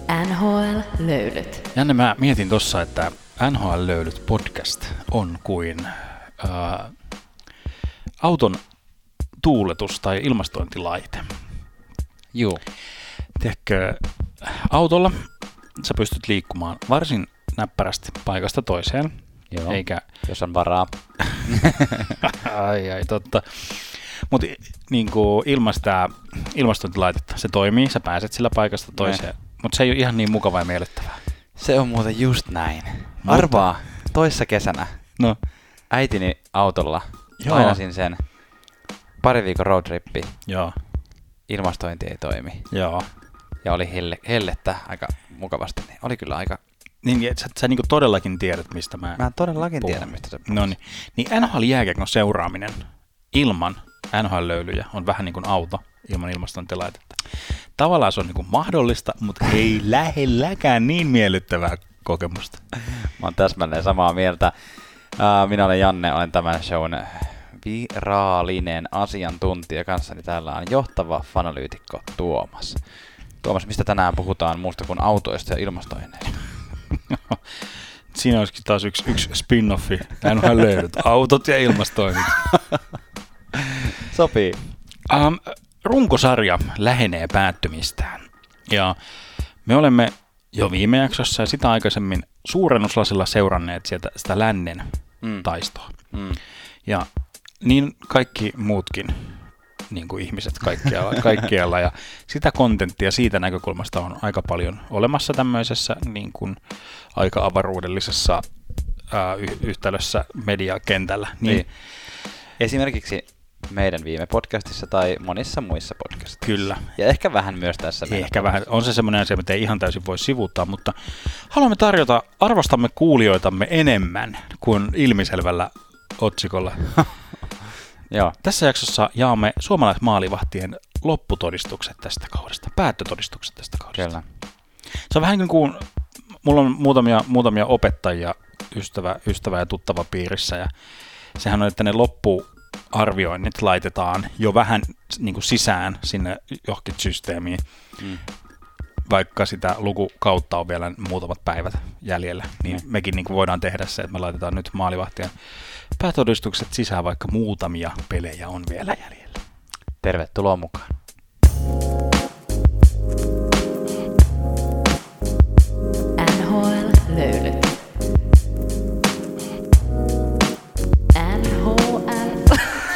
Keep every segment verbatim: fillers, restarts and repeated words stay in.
N H L-löylyt. Janne, mä mietin tossa, että N H L-löylyt podcast on kuin ää, auton tuuletus- tai ilmastointilaite. Juu. Tiedätkö, autolla sä pystyt liikkumaan varsin näppärästi paikasta toiseen. Joo, eikä... jos on varaa. ai ai, totta. Mutta niin ilmasta, ilmastointilaitetta, se toimii, sä pääset sillä paikasta toiseen, mutta se ei ole ihan niin mukava ja miellyttävää. Se on muuten just näin. Arvaa, toissa kesänä no. äitini autolla Joo. painasin sen pari viikon roadtrippi. Joo. Ilmastointi ei toimi. Joo. Ja oli helle, hellettä aika mukavasti. Oli kyllä aika... Niin, sä, sä niin todellakin tiedät, mistä mä Mä todellakin puhun. tiedän, mistä sä puhut. No niin. Niin N H L-jääkiekon seuraaminen ilman N H L-löylyjä on vähän niin kuin auto ilman ilmastointilaitetta. Tavallaan se on niin kuin mahdollista, mutta ei lähelläkään niin miellyttävää kokemusta. Mä oon täsmälleen samaa mieltä. Minä olen Janne, olen tämän shown viraalinen asiantuntija. Kanssani täällä on johtava fanalyytikko Tuomas. Tuomas, mistä tänään puhutaan muusta kuin autoista ja ilmastoinneista? Siinä olisikin taas yksi, yksi spin-offi. N H L-löylyt, autot ja ilmastoinnit. Sopii. Um, runkosarja lähenee päättymistään. Ja me olemme jo viime jaksossa ja sitä aikaisemmin suurennuslasilla seuranneet sieltä sitä lännen mm. taistoa. Mm. Ja niin kaikki muutkin niin kuin ihmiset kaikkialla, kaikkialla. Ja sitä kontenttia siitä näkökulmasta on aika paljon olemassa tämmöisessä niin kuin aika avaruudellisessa ää, y- yhtälössä mediakentällä. Niin, niin. Esimerkiksi meidän viime podcastissa tai monissa muissa podcastissa. Kyllä. Ja ehkä vähän myös tässä. Ehkä vähän. On se semmoinen asia, mitä ei ihan täysin voi sivuuttaa, mutta haluamme tarjota, arvostamme kuulijoitamme enemmän kuin ilmiselvällä otsikolla. Joo. Tässä jaksossa jaamme suomalaismaalivahtien lopputodistukset tästä kaudesta, päättötodistukset tästä kaudesta. Kyllä. Se on vähän niin kuin, mulla on muutamia, muutamia opettajia ystävä, ystävä ja tuttava piirissä, ja sehän on, että ne loppuarvioinnit laitetaan jo vähän niin kuin sisään sinne johonkin systeemiin, mm. vaikka sitä lukukautta on vielä muutamat päivät jäljellä, niin mm. mekin niin kuin voidaan tehdä se, että me laitetaan nyt maalivahtien päätodistukset sisään, vaikka muutamia pelejä on vielä jäljellä. Tervetuloa mukaan. N H L-löylyt. N H L.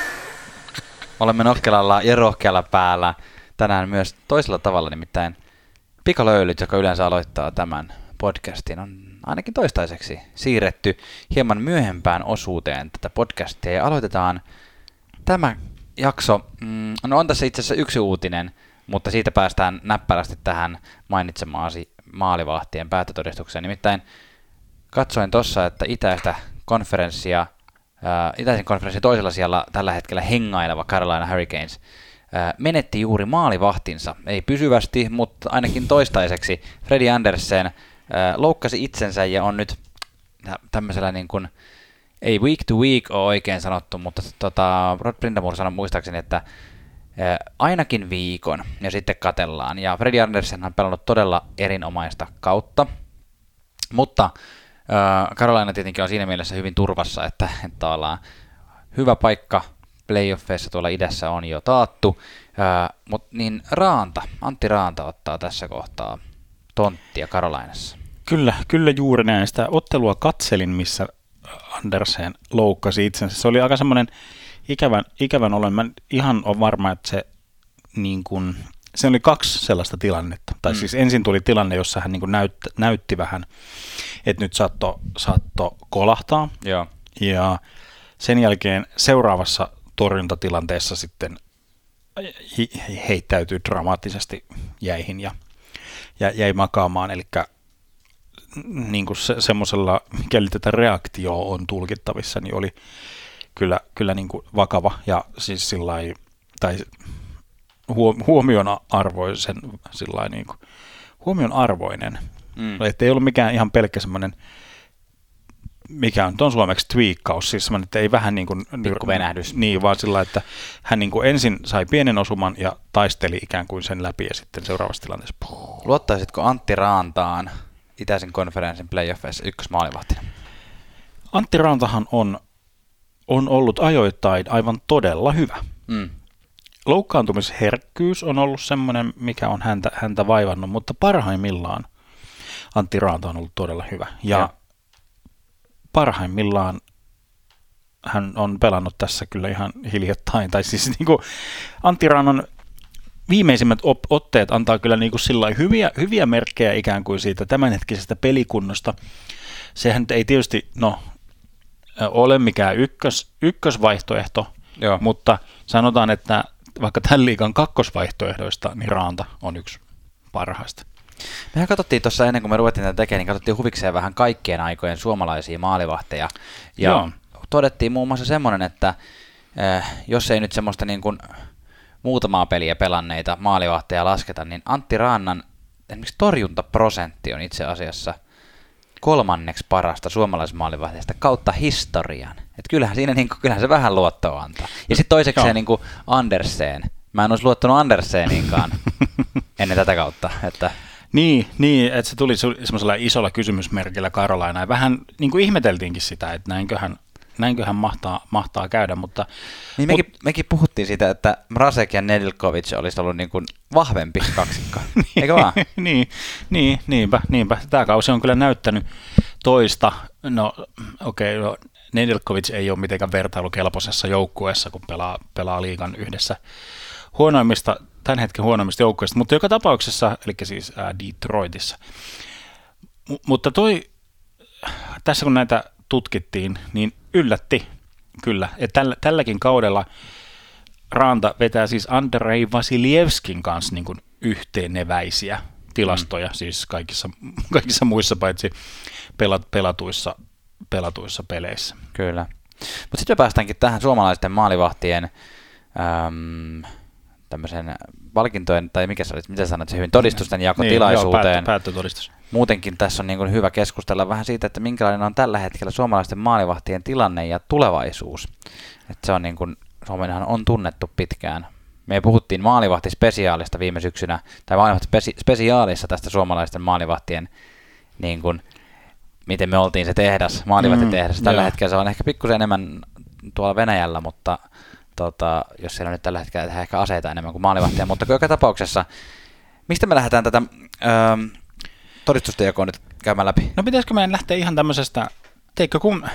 Olemme nokkelalla ja rohkealla päällä tänään myös toisella tavalla, nimittäin Pikalöylyt, joka yleensä aloittaa tämän podcastin, on ainakin toistaiseksi siirretty hieman myöhempään osuuteen tätä podcastia ja aloitetaan tämä jakso. Mm, no on tässä itse asiassa yksi uutinen, mutta siitä päästään näppärästi tähän mainitsemaasi maalivahtien päättötodistukseen. Nimittäin katsoin tuossa, että itäistä konferenssia, ää, itäisen konferenssin toisella sijalla tällä hetkellä hengaileva Carolina Hurricanes ää, menetti juuri maalivahtinsa. Ei pysyvästi, mutta ainakin toistaiseksi. Freddie Andersen loukkasi itsensä ja on nyt tämmöisellä niin kuin, ei week to week ole oikein sanottu, mutta tota, Rod Brindamore sanoi muistaakseni, että ää, ainakin viikon ja sitten katellaan. Ja Freddie Andersen on pelannut todella erinomaista kautta, mutta ää, Carolina tietenkin on siinä mielessä hyvin turvassa, että, että ollaan hyvä paikka playoffeissa tuolla idässä on jo taattu, ää, mutta niin Raanta, Antti Raanta ottaa tässä kohtaa tonttia Carolinassa. Kyllä, kyllä juuri näin. Sitä ottelua katselin, missä Andersen loukkasi itsensä. Se oli aika semmoinen ikävän, ikävän olen. Mä ihan on varma, että se, niin kun, se oli kaksi sellaista tilannetta. Tai mm. siis ensin tuli tilanne, jossa hän niin kun näytti, näytti vähän, että nyt saatto, saatto kolahtaa. Joo. Ja sen jälkeen seuraavassa torjuntatilanteessa sitten heittäytyi dramaattisesti jäihin ja Ja jäi makaamaan, eli niin kuin se, semmoisella, mikäli tätä reaktioa on tulkittavissa, niin oli kyllä, kyllä niin kuin vakava ja siis sillai, tai huomion arvoisen, sillai niin kuin, huomion arvoinen. Mm. Että ei ollut mikään ihan pelkkä semmoinen mikä on, on suomeksi twiikkaus, siis semmoinen, että ei vähän niin kuin... Pikkuvenähdys. Niin, vaan sillä, että hän niin kuin ensin sai pienen osuman ja taisteli ikään kuin sen läpi ja sitten seuraavassa tilanteessa... Puh. Luottaisitko Antti Raantaan itäisen konferenssin playoffeissa ykkösmaalivahtina? Antti Raantahan on, on ollut ajoittain aivan todella hyvä. Mm. Loukkaantumisherkkyys on ollut semmoinen, mikä on häntä, häntä vaivannut, mutta parhaimmillaan Antti Raanta on ollut todella hyvä. Ja, ja. parhaimmillaan hän on pelannut tässä kyllä ihan hiljattain. Tai siis niin kuin Antti Raannan viimeisimmät op- otteet antaa kyllä niin kuin sillai hyviä, hyviä merkkejä ikään kuin siitä tämänhetkisestä pelikunnosta. Sehän ei tietysti no, ole mikään ykkös, ykkösvaihtoehto, Joo. mutta sanotaan, että vaikka tämän liigan kakkosvaihtoehdoista, niin Raanta on yksi parhaista. Mehän katsottiin tuossa ennen kuin me ruvettiin tätä tekemään, niin katsottiin huvikseen vähän kaikkien aikojen suomalaisia maalivahteja. Ja Joo. todettiin muun muassa semmoinen, että eh, jos ei nyt semmoista niin kuin muutamaa peliä pelanneita maalivahteja lasketa, niin Antti Raannan esimerkiksi torjuntaprosentti on itse asiassa kolmanneksi parasta suomalaismaalivahteista kautta historian. Et kyllähän siinä niin kuin, kyllähän se vähän luottoa antaa. Ja sitten toisekseen niin kuin Andersen. Mä en olisi luottanut Anderseniinkaan ennen tätä kautta. Että Niin, niin, että se tuli semmoisella isolla kysymysmerkillä Karolaina. Ja vähän niin kuin ihmeteltiinkin sitä, että näinköhän, näinköhän mahtaa, mahtaa käydä. Mutta, niin mekin, mut, mekin puhuttiin siitä, että Mrazek ja Nedeljkovic olisi ollut niin kuin vahvempi kaksikko. Eikö vaan? niin, niin, niinpä, niinpä. Tämä kausi on kyllä näyttänyt toista. No okei, okay, no, Nedeljkovic ei ole mitenkään vertailukelpoisessa joukkueessa, kun pelaa, pelaa liigan yhdessä huonoimmista, tämän hetken huonoimmista joukkueista, mutta joka tapauksessa, eli siis ää, Detroitissa. M- mutta toi, tässä kun näitä tutkittiin, niin yllätti kyllä, että tällä, tälläkin kaudella Raanta vetää siis Andrei Vasiljevskin kanssa niin kuin yhteeneväisiä tilastoja, mm. siis kaikissa, kaikissa muissa paitsi pelat, pelatuissa, pelatuissa peleissä. Kyllä. Mutta sitten me päästäänkin tähän suomalaisten maalivahtien äm, tämmöisen palkintojen, tai mikä sä olit, mitä sanoit se hyvin, todistusten jakotilaisuuteen. Niin, joo, päättötodistus. Muutenkin tässä on niin kuin hyvä keskustella vähän siitä, että minkälainen on tällä hetkellä suomalaisten maalivahtien tilanne ja tulevaisuus. Että se on niin kuin, Suomenhan on tunnettu pitkään. Me puhuttiin maalivahtispesiaalista viime syksynä, tai maalivahtispesiaalissa tästä suomalaisten maalivahtien, niin kuin, miten me oltiin se tehdas, maalivahtitehdas. Mm, tällä joo. hetkellä se on ehkä pikkusen enemmän tuolla Venäjällä, mutta Tota, jos siellä on nyt tällä hetkellä tehdään ehkä aseita enemmän kuin maalivahtia, mutta joka tapauksessa, mistä me lähdetään tätä öö, todistusten jakoa nyt käymään läpi? No pitäisikö meidän lähteä ihan tämmöisestä, teikö kun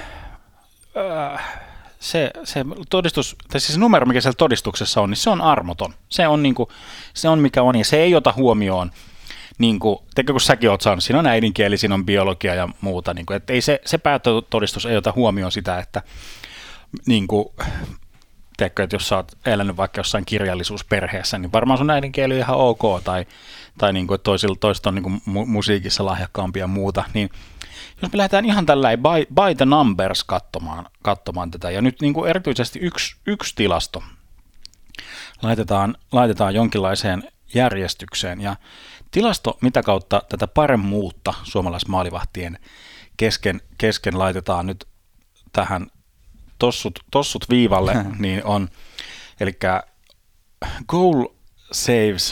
öö, se, se todistus, tai siis se numero, mikä siellä todistuksessa on, niin se on armoton. Se on, niin kuin, se on mikä on, ja se ei ota huomioon, niin kuin, teikö kun säkin oot saanut, siinä on äidinkieli, siinä on biologia ja muuta, niin kuin, että ei se, se päättötodistus ei ota huomioon sitä, että niin kuin, teekö, että jos sä oot elänyt vaikka jossain kirjallisuusperheessä, niin varmaan sun äidinkieli on ihan ok, tai, tai niin kuin, että toisilla, toiset on niin kuin mu- musiikissa lahjakkaampia ja muuta, niin jos me lähdetään ihan tällainen by, by the numbers katsomaan, katsomaan tätä, ja nyt niin kuin erityisesti yksi, yksi tilasto laitetaan, laitetaan jonkinlaiseen järjestykseen, ja tilasto, mitä kautta tätä paremmuutta suomalaismaalivahtien kesken, kesken laitetaan nyt tähän tossut, tossut viivalle, niin on, eli goal saves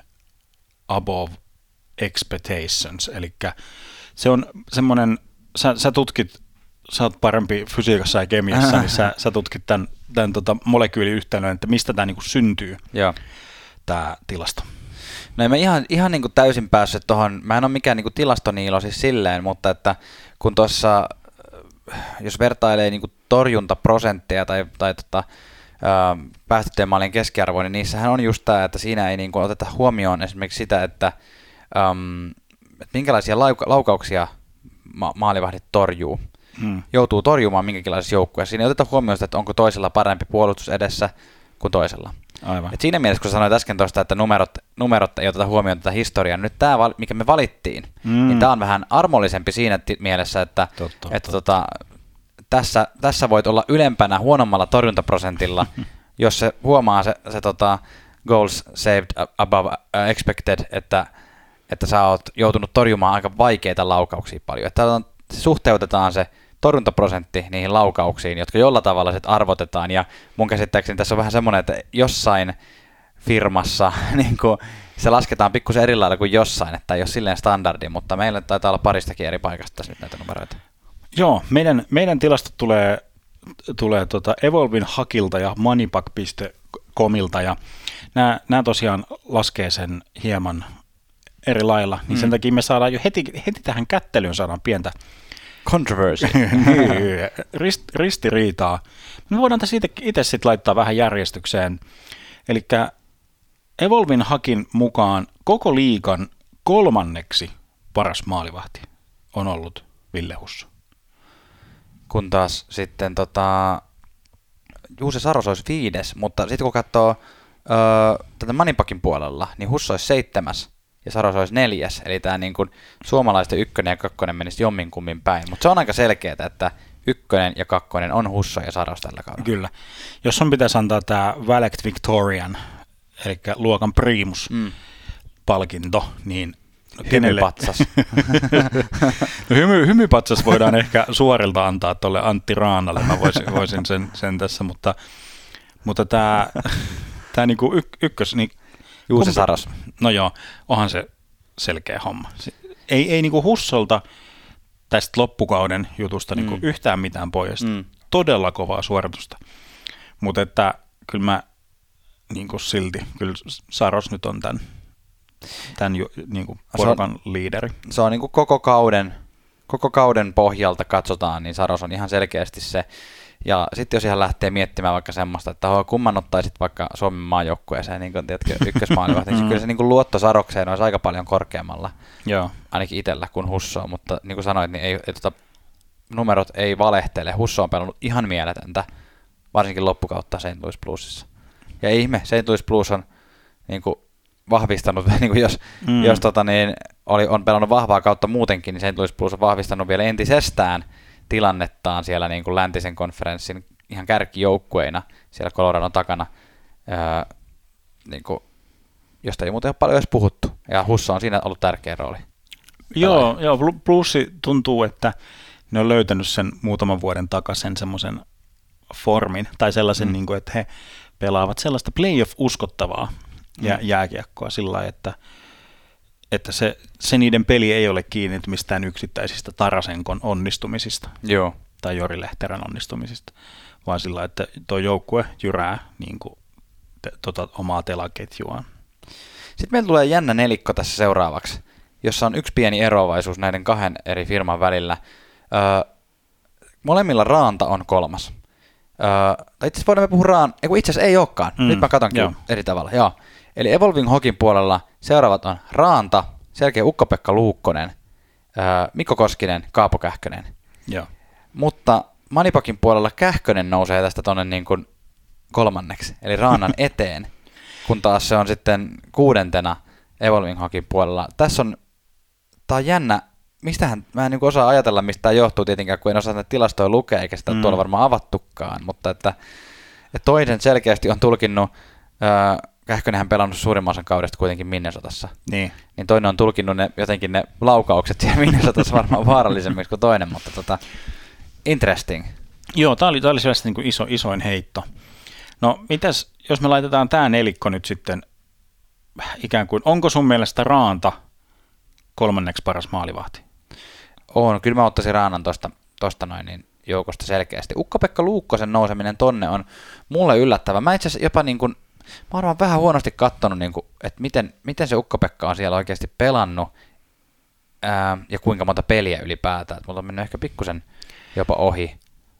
above expectations, eli se on semmoinen, sä, sä tutkit, sä oot parempi fysiikassa ja kemiassa, niin sä, sä tutkit tämän, tämän tota molekyyliyhtälön, että mistä tämä niinku syntyy, tämä tilasto. No en mä ihan, ihan niinku täysin päässyt tuohon, mä en ole mikään niinku tilastoniilo siis silleen, mutta että kun tuossa, jos vertailee niinku torjuntaprosentteja tai, tai tota, päästettyjen maalien keskiarvoa, niin niissähän on just tämä, että siinä ei niinku oteta huomioon esimerkiksi sitä, että, äm, että minkälaisia lauka- laukauksia ma- maalivahdit torjuu. Hmm. Joutuu torjumaan minkälaisessa joukkueessa. Siinä ei oteta huomioon sitä, että onko toisella parempi puolustus edessä kuin toisella. Aivan. Et siinä mielessä, kun sanoit äsken tuosta, että numerot, numerot ei oteta huomioon tätä historiaa, nyt tämä, mikä me valittiin, mm. niin tämä on vähän armollisempi siinä t- mielessä, että, totta, että totta. Tota, tässä, tässä voit olla ylempänä huonommalla torjuntaprosentilla, jos se huomaa se, se tota, goals saved above expected, että, että sä oot joutunut torjumaan aika vaikeita laukauksia paljon. Että suhteutetaan se torjuntaprosentti niihin laukauksiin, jotka jollain tavalla sit arvotetaan, ja mun käsittääkseni tässä on vähän semmoinen, että jossain firmassa niin kuin se lasketaan pikkusen eri lailla kuin jossain, että ei ole silleen standardi, mutta meillä taitaa olla paristakin eri paikasta tässä nyt näitä numeroita. Joo, meidän, meidän tilastot tulee, tulee tota Evolvin Hakilta ja moneypack piste comilta, ja nämä, nämä tosiaan laskee sen hieman eri lailla, niin mm. sen takia me saadaan jo heti, heti tähän kättelyyn saadaan pientä controversy. niin, rist, ristiriitaa. Me voidaan tässä itse sitten laittaa vähän järjestykseen. Eli Evolvin Hakin mukaan koko liigan kolmanneksi paras maalivahti on ollut Ville Husso. Kun taas sitten tota, Juuse Saros olisi viides, mutta sitten kun katsoo öö, tätä Moneypackin puolella, niin Husso olisi seitsemäs ja Saros olisi neljäs. Eli tämä niin kuin suomalaisten ykkönen ja kakkonen menisi jomminkummin päin. Mutta se on aika selkeää, että ykkönen ja kakkonen on Husso ja Saros tällä kaudella. Kyllä. Jos on pitäisi antaa tämä Valedictorian, eli luokan primus mm. palkinto, niin kenelle? Hymypatsas. no, hymy, hymypatsas voidaan ehkä suorilta antaa tuolle Antti Raanalle, mä voisin, voisin sen, sen tässä, mutta, mutta tämä tää niinku y, ykkös... Niin, Juuse kumpi, Saros. No joo, onhan se selkeä homma. Ei, ei niinku Hussolta tästä loppukauden jutusta mm. niinku yhtään mitään pois. Mm. Todella kovaa suoritusta. Mutta että kyllä mä niinku silti, kyllä Saros nyt on tämän, tämän niinku porukan liideri. Se on niinku koko kauden, koko kauden pohjalta katsotaan, niin Saros on ihan selkeästi se. Ja sitten jos ihan lähtee miettimään vaikka semmoista, että kumman ottaisit vaikka Suomen maajoukkueeseen, niin kuin tiedätkö, ykkösmaalivahti, niin kyllä se niin kuin luotto Sarokseen olisi aika paljon korkeammalla, Joo. ainakin itsellä kuin Husso, mutta niin kuin sanoit, niin ei, ei, tota, numerot ei valehtele. Husso on pelannut ihan mieletöntä, varsinkin loppukautta Saint Louis Bluesissa. Ja ihme, Saint Louis Blues on niin kuin vahvistanut, niin kuin jos, mm. jos tota, niin, oli, on pelannut vahvaa kautta muutenkin, niin Saint Louis Blues on vahvistanut vielä entisestään tilannettaan siellä niin kuin läntisen konferenssin ihan kärkijoukkueina siellä Coloradon takana, öö, niin kuin, josta ei muuten ole paljon edes puhuttu. Ja Husso on siinä ollut tärkeä rooli. Joo, joo, Bluesi tuntuu, että ne on löytänyt sen muutaman vuoden takaisin semmoisen formin, tai sellaisen, mm. niin kuin, että he pelaavat sellaista playoff-uskottavaa mm. jääkiekkoa sillä lailla, että että se, se niiden peli ei ole kiinni mistään yksittäisistä Tarasenkon onnistumisista Joo. tai Jori Lehterän onnistumisista, vaan sillä, että tuo joukkue jyrää niin kuin, te, tota, omaa telaketjuaan. Sitten meillä tulee jännä nelikko tässä seuraavaksi, jossa on yksi pieni eroavaisuus näiden kahden eri firman välillä. Öö, molemmilla Raanta on kolmas. Öö, tai itse asiassa voidaan me puhua Raan, ei, itse asiassa ei olekaan, mm. nyt mä katsonkin Joo. eri tavalla. Joo. Eli Evolving Hokin puolella seuraavat on Raanta, selkeä Ukko-Pekka Luukkonen, Mikko Koskinen, Kaapo Kähkönen. Joo. Mutta Moneypackin puolella Kähkönen nousee tästä tuonne niin kuin kolmanneksi, eli Raanan eteen, kun taas se on sitten kuudentena Evolving Hokin puolella. Tässä on, tää on jännä, mistähän, mä en niin kuin osaa ajatella, mistä tämä johtuu tietenkään, kun en osaa näitä tilastoja lukea, eikä sitä mm. tuolla varmaan avattukaan, mutta että, että toinen selkeästi on tulkinnut, Öö, Kähkönenhän pelannut suurimman osan kaudesta kuitenkin Minnesotassa. Niin. Niin toinen on tulkinnut ne, jotenkin ne laukaukset siellä Minnesotassa varmaan vaarallisemmiksi kuin toinen, mutta tota, interesting. Joo, tämä oli, tää oli sellaista niin kuin iso, isoin heitto. No, mitäs, jos me laitetaan tämä nelikko nyt sitten ikään kuin, onko sun mielestä Raanta kolmanneksi paras maalivahti? On, kyllä mä ottaisin Raanan tosta, tosta noin niin joukosta selkeästi. Ukko-Pekka Luukkosen nouseminen tonne on mulle yllättävä. Mä itse asiassa jopa niin kuin mä oon vähän huonosti katsonut, niin kuin, että miten, miten se Ukko-Pekka on siellä oikeasti pelannut ää, ja kuinka monta peliä ylipäätään. Mulla on mennyt ehkä pikkusen jopa ohi.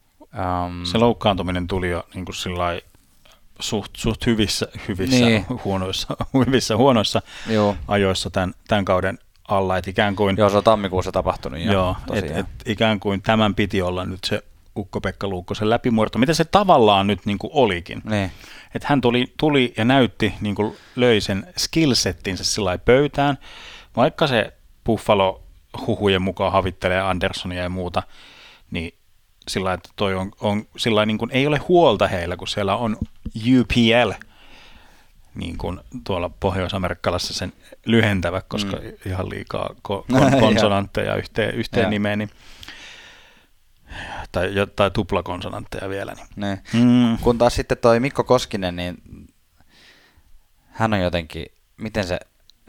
Um, se loukkaantuminen tuli jo niin kuin sillai suht, suht hyvissä, hyvissä, niin. huonoissa, hyvissä huonoissa Joo. ajoissa tämän, tämän kauden alla. Et ikään kuin, joo, se on tammikuussa tapahtunut. Joo, et, et ikään kuin tämän piti olla nyt se Ukko-Pekka Luukkosen läpimurto, mitä se tavallaan nyt niin kuin olikin. Niin. Että hän tuli, tuli ja näytti, niin kuin löi sen skillsettinsä sillä pöytään, vaikka se Buffalo huhujen mukaan havittelee Andersonia ja muuta, niin sillä että toi on, on sillä niin kuin ei ole huolta heillä, kun siellä on U P L, niin kuin tuolla pohjois-amerikkalassa sen lyhentävä, koska mm. ihan liikaa ko- kon- konsonantteja yhteen, yhteen nimeen, niin tai jotain tuplakonsonantteja vielä. Niin. Niin. Mm. Kun taas sitten toi Mikko Koskinen, niin hän on jotenkin, miten se,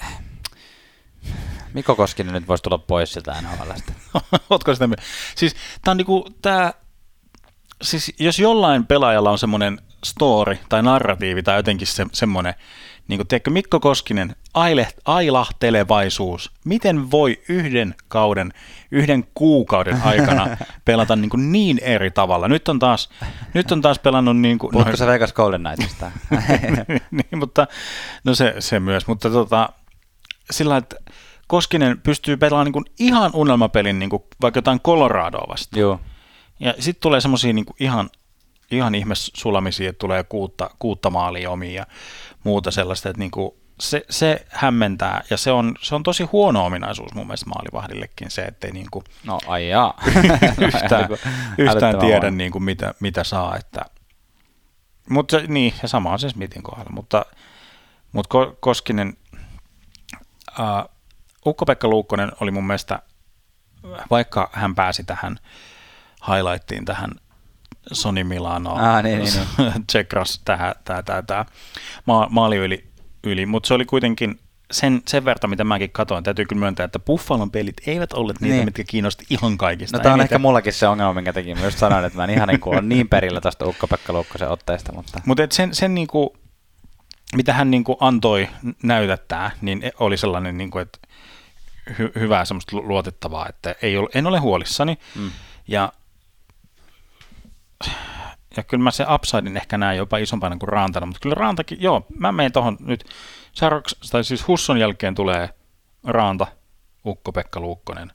Mikko Koskinen nyt voisi tulla pois sieltä N H L:stä. Ootko sitä mieltä? Siis tää on niinku, tää, siis jos jollain pelaajalla on semmoinen story tai narratiivi tai jotenkin se, semmoinen, niin kuin tiedätkö, Mikko Koskinen, aileht, ailahtelevaisuus, miten voi yhden kauden, yhden kuukauden aikana pelata niin, kuin niin eri tavalla. Nyt on taas, nyt on taas pelannut niin kuin... Puhutko no, sä Vegas Golden Knightsista? niin, mutta no se, se myös, mutta tota, sillä että Koskinen pystyy pelaamaan niin kuin ihan unelmapelin niin kuin vaikka jotain Coloradoa vastaan. Joo. Ja sitten tulee semmoisia niin kuin ihan, ihan ihme sulamisia, että tulee kuutta, kuutta maalia omiin ja muuta sellaista, että niin kuin se, se hämmentää, ja se on, se on tosi huono ominaisuus mun mielestä maalivahdillekin se, ettei niin kuin no ai jaa. yhtään, yhtään tiedä niin kuin mitä, mitä saa. Että, mutta niin, ja sama on se Smithin kohdalla, mutta, mutta Koskinen, uh, Ukko-Pekka Luukkonen oli mun mielestä, vaikka hän pääsi tähän highlightiin, tähän Sony Milano, ah, niin, niin, niin. Tsekras, tähän, tää, tää, tää, ma- maali yli, yli. Mutta se oli kuitenkin sen, sen verran, mitä mäkin katsoin, täytyy kyllä myöntää, että Buffalon pelit eivät olleet niitä, niin. mitkä kiinnosti ihan kaikista. No tämä on niitä... ehkä mullakin se ongelma, minkä tekin. Mä just sanoin, että mä en ihan niin kuin ole niin perillä tästä Ukko-Pekka Luukkosen otteesta. Mutta Mut sen, sen niin kuin, mitä hän niin kuin antoi näytättää, niin oli sellainen, niin kuin, että hy- hyvää semmoista luotettavaa, että ei ole, en ole huolissani. Mm. Ja Ja kyllä mä se upsidein ehkä näen jopa isompana kuin Rantana, mutta kyllä Rantakin, joo, mä menen tuohon nyt, Saroks, tai siis Husson jälkeen tulee Ranta, Ukko-Pekka Luukkonen,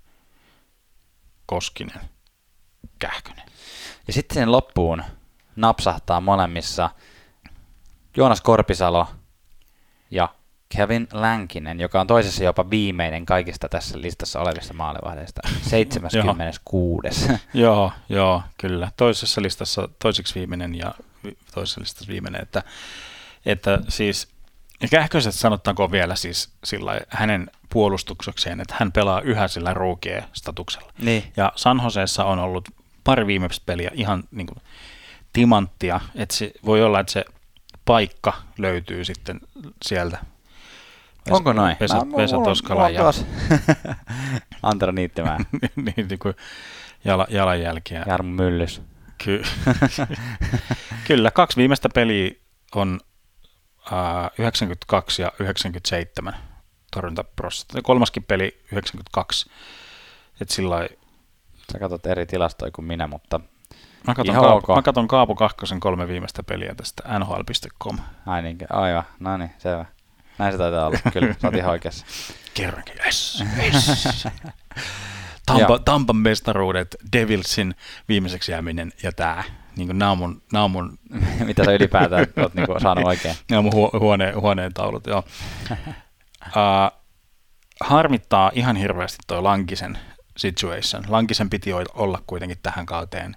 Koskinen, Kähkönen. Ja sitten sen loppuun napsahtaa molemmissa Joonas Korpisalo ja Kevin Lankinen, joka on toisessa jopa viimeinen kaikista tässä listassa olevista maalivahdeista, seitsemänkymmentäkuusi. Joo, joo, kyllä. Toisessa listassa toiseksi viimeinen ja toisessa listassa viimeinen, että, että siis, ja Kähköisestä sanottakoon vielä siis sillä hänen puolustuksekseen, että hän pelaa yhä sillä rookee-statuksella. Niin. Ja San Joseessa on ollut pari viimeistä peliä ihan niin kuin timanttia, että se voi olla, että se paikka löytyy sitten sieltä. Vesa, onko noin? Vesa, Vesa Toskala ja Antero Niittimää. niin, niin kuin jala, jalanjälkiä. Jarmo Myllys. Ky- Kyllä, kaksi viimeistä peliä on uh, yhdeksänkymmentäkaksi ja yhdeksänkymmentäseitsemän torjuntaprosentti. Kolmaskin peli yhdeksänkymmentäkaksi. Et sillai... Sä katsot eri tilastoja kuin minä, mutta mä katson, Kaapo, mä katson Kaapo Kakkosen kolme viimeistä peliä tästä N H L piste com. Ai niin, aivan. No niin, selvä. Näin se taitaa olla. Kyllä, sä oot ihan oikeassa. Kerrankin, yes, yes. Tampa, Tampan mestaruudet, Devilsin viimeiseksi jääminen ja tää. Niin nämä on mun... Nää on mun mitä sä ylipäätään oot niinku saanut oikein? Nämä on mun hu- huone, huoneen taulut, joo. uh, harmittaa ihan hirveästi toi Lankisen situation. Lankisen piti olla kuitenkin tähän kauteen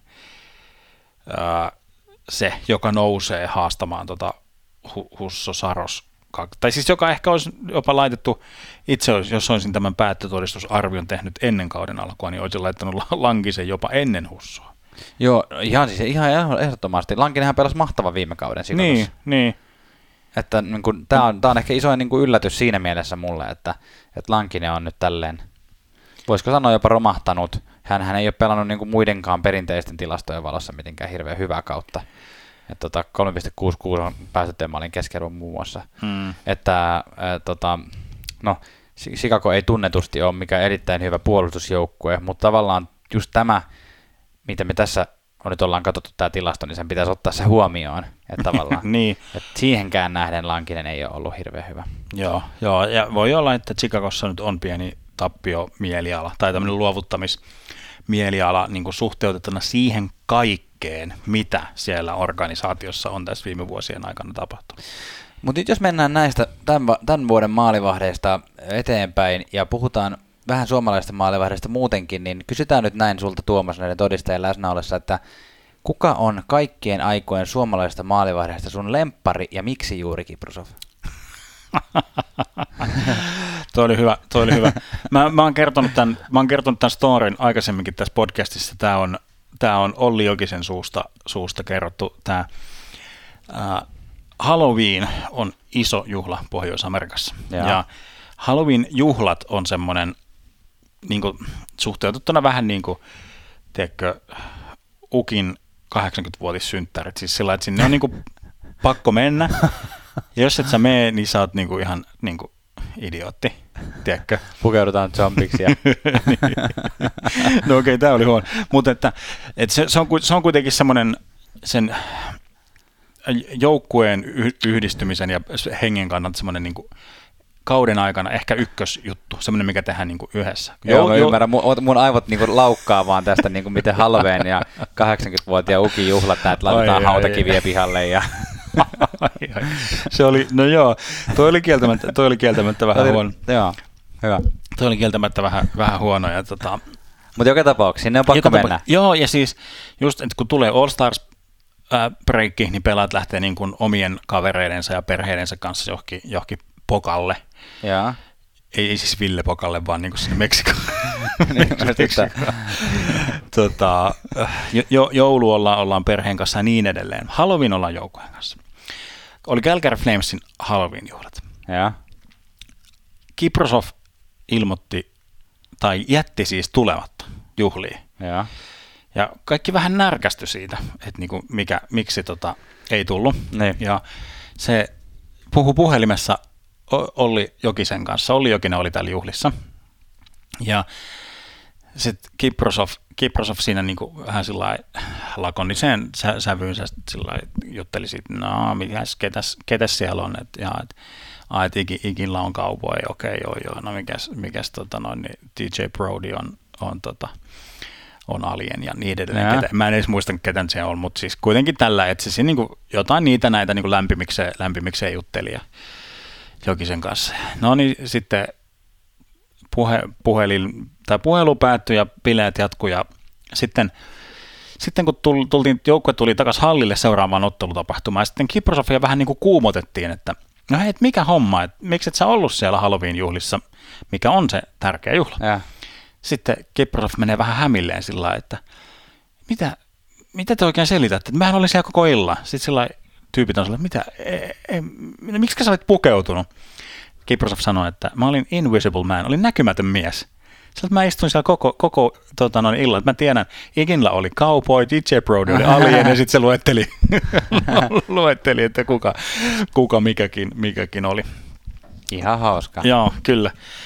uh, se, joka nousee haastamaan tota Husso Saros. Tai siis joka ehkä olisi jopa laitettu, itse olisi, jos olisin tämän päättötodistusarvion tehnyt ennen kauden alkua, niin olisin laittanut Lankisen jopa ennen Hussoa. Joo, ihan siis ihan ehdottomasti. Lankinenhän pelasi mahtavan viime kauden Chicagossa. Niin, niin. Että niin kun, tää, on, tää on ehkä isoin niin kun yllätys siinä mielessä mulle, että, että Lankinen on nyt tälleen, voisiko sanoa jopa romahtanut. Hänhän ei ole pelannut niin kuin muidenkaan perinteisten tilastojen valossa mitenkään hirveän hyvää kautta. Että tota, kolme pilkku kuusikymmentäkuusi on päästettyjen maalin keskiarvo muun muassa. Hmm. Että ä, tota, no, Chicago ei tunnetusti ole mikään erittäin hyvä puolustusjoukkue, mutta tavallaan just tämä, mitä me tässä on nyt ollaan katsottu tämä tilasto, niin sen pitäisi ottaa se huomioon. Että tavallaan niin. että siihenkään nähden Lankinen ei ole ollut hirveän hyvä. Joo, joo, ja voi olla, että Chicagossa nyt on pieni tappio-mieliala tai tämmöinen luovuttamismieliala niin kuin suhteutettuna siihen kaikkeen, mitä siellä organisaatiossa on tässä viime vuosien aikana tapahtunut. Mutta nyt jos mennään näistä tämän, tämän vuoden maalivahdeista eteenpäin ja puhutaan vähän suomalaisista maalivahdeista muutenkin, niin kysytään nyt näin sulta Tuomas näiden todistajien läsnä ollessa, että kuka on kaikkien aikojen suomalaisista maalivahdeista sun lemppari ja miksi juuri Kiprusov? Toi oli hyvä, toi oli hyvä. Mä, mä, oon kertonut tämän, mä oon kertonut tämän storyn aikaisemminkin tässä podcastissa. Tää on, tää on Olli Jokisen suusta, suusta kerrottu. Tää, ää, Halloween on iso juhla Pohjois-Amerikassa. Jaa. Ja Halloween-juhlat on semmoinen niinku, suhteutettuna vähän niin kuin, tiedätkö, Ukin kahdeksankymmenvuotissynttärit. Siis sillä, että sinne on niinku pakko mennä. Ja jos et sä mene, niin sä oot niinku ihan niinku idiootti, tiedätkö? Pukeudutaan zombiksi. Ja... no okei, okay, tää oli huono. Mutta että, että se, se, on, se on kuitenkin semmoinen sen joukkueen yhdistymisen ja hengen kannalta semmoinen niinku kauden aikana ehkä ykkösjuttu, semmoinen, mikä tehdään niinku yhdessä. Joo, mä ymmärrän. Mun, mun aivot niinku laukkaa vaan tästä, niinku miten Halloween ja kahdeksankymmenvuotiaan Ukin juhlat, että laitetaan hautakiviä pihalle. Ja... se oli, no joo, toi oli kieltämättä, toi oli kieltämättä vähän huono. Joo, hyvä. Toi oli kieltämättä vähän, vähän huono. Ja tota, mutta joka tapauksessa, sinne on pakko mennä. Tapa, joo, ja siis just, että kun tulee All Stars breikki, niin pelaat lähtee niin kuin omien kavereidensa ja perheidensä kanssa johonkin, johonkin pokalle. Jaa. Ei, ei siis Ville pokalle, vaan niin kuin sinne Meksikoon. niin, tota, jo, joulu ollaan, ollaan perheen kanssa ja niin edelleen. Halloween ollaan joukkojen kanssa. Oli Calgary Flamesin Halloween-juhlat. Jaa. Kiprosov ilmoitti, tai jätti siis tulematta juhliin. Jaa. Ja kaikki vähän närkästy siitä, että niinku mikä, miksi tota ei tullut. Niin. Ja se puhui puhelimessa Olli Jokisen kanssa. Olli Jokinen oli täällä juhlissa. Ja sitten Kiprosov, Kiprosov siinä niinku vähän sillä lakoniseen sä, sävyynsä jutteli siitä, no mikäs, ketäs, ketäs siellä on, että et, et, ikin, ikillä on Cowboy, okei okay, joo joo, no mikäs, mikäs tota noin, niin D J Brody on, on tota, on Alien ja niin edelleen. Ketä, mä en edes muista, ketä se on, mutta siis kuitenkin tällä, että se niin jotain niitä näitä niin lämpimikseen, lämpimikseen jutteli ja Jokisen kanssa. No niin, sitten puhe, puhelin, tai puhelu päättyi ja bileet jatkui ja sitten, sitten kun tultiin, joukkue tuli takaisin hallille seuraavaan ottelutapahtumaan ja sitten Kiprosovia vähän niin kuin kuumotettiin, että no hei, mikä homma, että miksi et sä ollut siellä Halloween-juhlissa, mikä on se tärkeä juhla. Ja. Sitten Kiprosov menee vähän hämilleen sillä lailla, että mitä, mitä te oikein selitätte, että mähän olin siellä koko illan. Sitten sillä tyypit on sillä, että mitä, e, e, miksi sä olit pukeutunut? Kiprosov sanoi, että mä olin invisible man, olin näkymätön mies. Sillä mä istuin siellä koko, koko tota, noin illan, että mä tiedän, Iginla oli Cowboy, D J Brody oli Alien ja sitten se luetteli, luetteli, että kuka, kuka mikäkin, mikäkin oli. Ihan hauska. Joo, kyllä.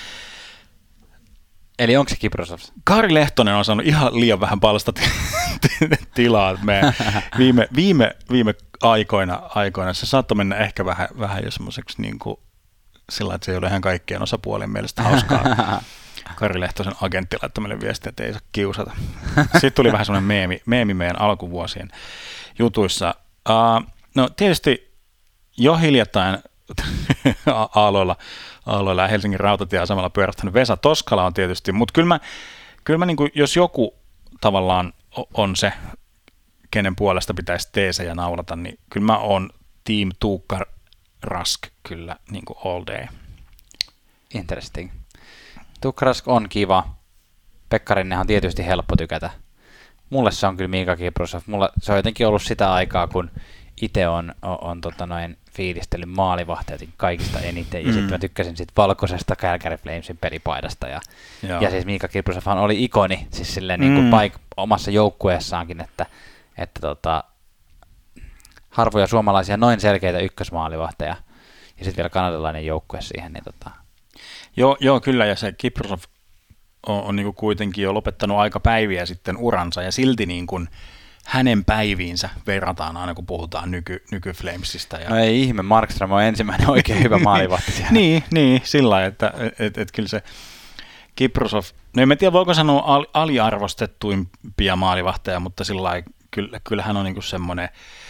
Eli onko se Kiprosov? Kari Lehtonen on saanut ihan liian vähän palsta tilaa. Me viime, viime, viime aikoina, aikoina se saattoi mennä ehkä vähän, vähän jo semmoiseksi niin kuin sillä, että se ei ole ihan kaikkien osapuolien mielestä hauskaa. Kari Lehtosen agentti laittoi meille viestiä, että ei saa kiusata. Sitten tuli vähän semmoinen meemi, meemi meidän alkuvuosien jutuissa. Uh, no tietysti jo hiljattain Aaloilla, Aaloilla ja Helsingin rautatieasemalla pyörähtänyt Vesa Toskala on tietysti, mutta kyllä mä, kyllä mä niin kuin, jos joku tavallaan on se, kenen puolesta pitäisi teesejä naulata, niin kyllä mä oon Team Tuukka Rask kyllä niin kuin all day. Interesting. Tuukka Rask on kiva. Pekkarinenhan on tietysti helppo tykätä. Mulle se on kyllä Miika Kiprosov. Mulla se on jotenkin ollut sitä aikaa, kun itse on, on, on tota noin fiilistellyt maalivahteja kaikista eniten, ja mm. sitten mä tykkäsin sit valkoisesta Calgary Flamesin pelipaidasta, ja, ja siis Miika Kiprosovhan oli ikoni, siis silleen mm. niin kuin paik- omassa joukkueessaankin, että, että tota, harvoja suomalaisia noin selkeitä ykkösmaalivahteja, ja sitten vielä kanadalainen joukkue siihen, niin tota. Joo, joo, kyllä, ja se Kiprosov on, on niin kuin kuitenkin jo lopettanut aika päiviä sitten uransa, ja silti niin kuin hänen päiviinsä verrataan aina, kun puhutaan nyky, nykyflamesista. Ja... No ei ihme, Markström on ensimmäinen oikein hyvä maalivahti siellä. niin, niin, sillä lailla, että et, et kyllä se Kiprosov, no en tiedä voiko sanoa al, aliarvostettuimpia maalivahteja, mutta sillä lailla, kyllä, kyllä hän on niinku semmoinen,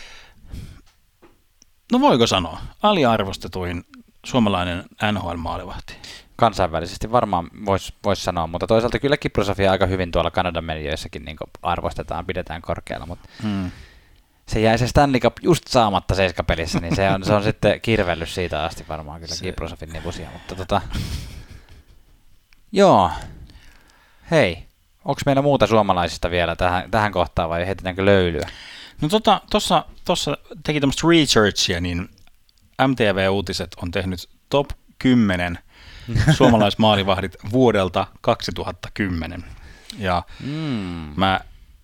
no voiko sanoa, aliarvostetuin suomalainen N H L-maalivahti. Kansainvälisesti varmaan voisi vois sanoa, mutta toisaalta kyllä Kiprosovia aika hyvin tuolla Kanadan medioissakin niin arvostetaan, pidetään korkealla, mutta hmm. se jäi se Stanley Cup just saamatta seiskapelissä, niin se on, se on sitten kirvellyt siitä asti varmaan kyllä se... Kiprosovin nivusia, mutta tota... Joo, hei, Onko meillä muuta suomalaisista vielä tähän, tähän kohtaan vai heitetäänkö löylyä? No tuossa tota, tossa teki tämmöistä researchia, niin M T V-uutiset on tehnyt top kymmenen suomalaismaalivahdit vuodelta kaksituhattakymmenen. Ja mm. mä,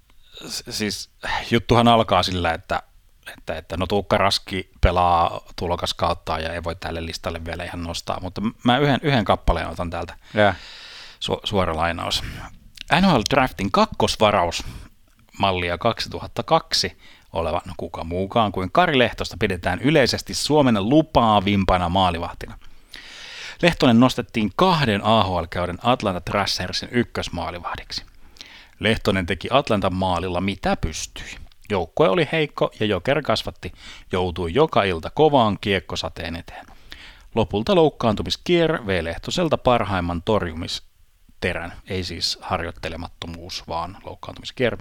siis juttuhan alkaa sillä, että, että, että no Tuukka Raski pelaa tulokas kautta ja ei voi tälle listalle vielä ihan nostaa, mutta mä yhden, yhden kappaleen otan täältä yeah. Su, suora lainaus. N H L Draftin kakkosvaraus mallia kaksituhattakaksi oleva, no kuka muukaan kuin Kari Lehtosta pidetään yleisesti Suomen lupaavimpana maalivahtina. Lehtonen nostettiin kahden A H L-käuden Atlanta Thrashersin ykkösmaalivahdiksi. Lehtonen teki Atlantan maalilla mitä pystyi. Joukkue oli heikko ja Joker kasvatti, joutui joka ilta kovaan kiekkosateen eteen. Lopulta loukkaantumiskierre vei Lehtoselta parhaimman torjumisterän, ei siis harjoittelemattomuus, vaan loukkaantumiskierre.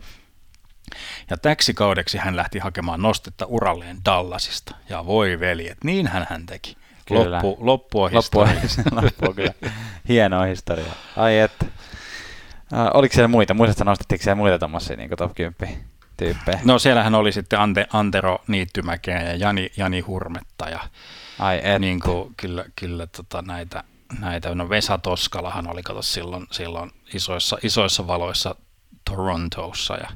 Ja täksi kaudeksi hän lähti hakemaan nostetta uralleen Dallasista. Ja voi veljet, niinhän hän teki. Loppu, loppua historiaa. Loppua kyllä. Hienoa historiaa. Ai että. Äh, oliko siellä muita? Muistatko, nostettiinko siellä muita tommosia niin top kymmenen tyyppejä? No siellähän oli sitten Ante, Antero Niittymäkeä ja Jani, Jani Hurmetta. Ja ai et. Niin kuin, kyllä, kyllä tota, näitä, näitä, no Vesa Toskalahan oli kato silloin, silloin isoissa, isoissa valoissa Torontossa. Ja,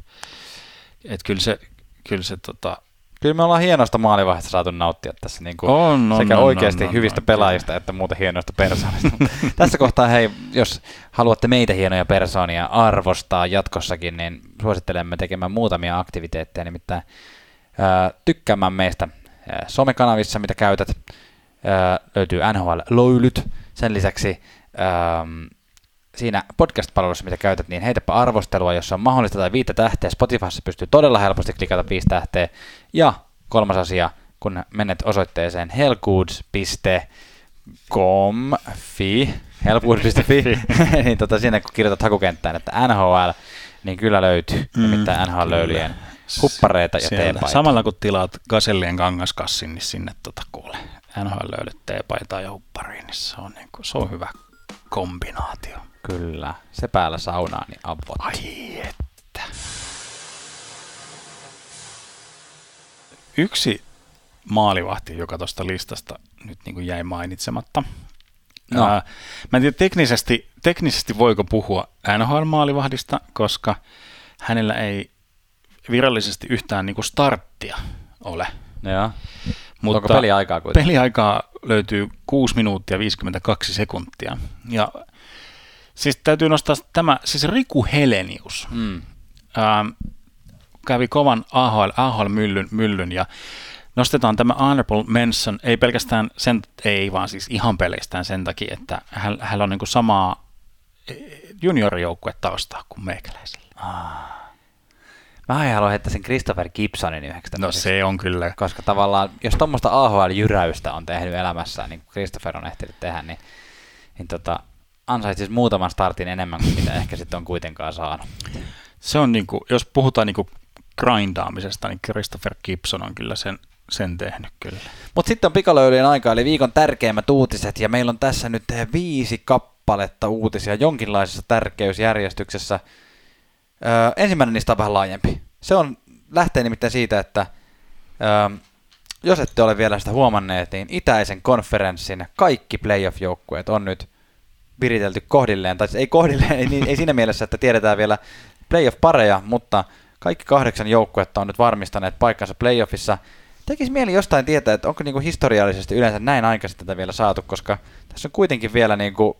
et kyllä se, kyllä se tota, Kyllä me ollaan hienosta maalivahdista saatu nauttia tässä niin kuin on, on, sekä on, oikeasti on, on, hyvistä on, pelaajista on. Että muuten hienoista persoonista. Tässä kohtaa hei, jos haluatte meitä hienoja persoonia arvostaa jatkossakin, niin suosittelemme tekemään muutamia aktiviteetteja, nimittäin ää, tykkäämään meistä ää, somekanavissa, mitä käytät. Ää, löytyy N H L-löylyt. Sen lisäksi ää, siinä podcast-palvelussa, mitä käytät, niin heitäpä arvostelua, jos on mahdollista, tai viittä tähteä. Spotifyssa pystyy todella helposti klikata viisi tähteä. Ja kolmas asia, kun menet osoitteeseen hellgoods piste com fi, hellgoods piste fi, niin tota, siinä kun kirjoitat hakukenttään, että N H L, niin kyllä löytyy, mm, nimittäin N H L-löylyjen huppareita ja teepaita. Samalla kun tilaat Gasellien kangaskassin, niin sinne tota kuule N H L-löylyt teepaitaa ja huppariin, niin se on, niin kuin, se on hyvä kombinaatio. Kyllä, se päällä saunaa, niin avot. Ai että. Yksi maalivahti, joka tuosta listasta nyt niin kuin jäi mainitsematta. No. Ää, mä en tiedä teknisesti, teknisesti voiko puhua N H L-maalivahdista, koska hänellä ei virallisesti yhtään niin kuin starttia ole. Joo. Mutta onko peliaikaa kuitenkin? Peliaikaa löytyy kuusi minuuttia viisikymmentäkaksi sekuntia. Ja siis täytyy nostaa tämä, siis Riku Helenius mm. ää, kävi kovan A H L, A H L-myllyn myllyn ja nostetaan tämä honorable mention, ei pelkästään sen, ei vaan siis ihan pelkästään sen takia, että hän, hän on niin kuin samaa juniorijoukkuetaustaa kuin meikäläisellä. Ah. Mä haluan heittää sen Christopher Gibsonin yhdeksi. No se on kyllä. Koska tavallaan, jos tuommoista A H L-jyräystä on tehnyt elämässään, niin kuin Christopher on ehtinyt tehdä, niin, niin tota, ansaitsisi muutaman startin enemmän kuin mitä ehkä sitten on kuitenkaan saanut. Se on niin kuin, jos puhutaan niin kuin grindaamisesta, niin Christopher Gibson on kyllä sen, sen tehnyt kyllä. Mutta sitten on pikalöylyjen aika, eli viikon tärkeimmät uutiset, ja meillä on tässä nyt viisi kappaletta uutisia jonkinlaisessa tärkeysjärjestyksessä. Öö, ensimmäinen niistä on vähän laajempi. Se on, lähtee nimittäin siitä, että öö, jos ette ole vielä sitä huomanneet, niin itäisen konferenssin kaikki playoff-joukkueet on nyt viritelty kohdilleen, tai ei kohdilleen, ei, ei siinä mielessä, että tiedetään vielä playoff-pareja, mutta kaikki kahdeksan joukkuetta on nyt varmistaneet paikkansa playoffissa. Tekisi mieli jostain tietää, että onko niinku historiallisesti yleensä näin aikaisin tätä vielä saatu, koska tässä on kuitenkin vielä niinku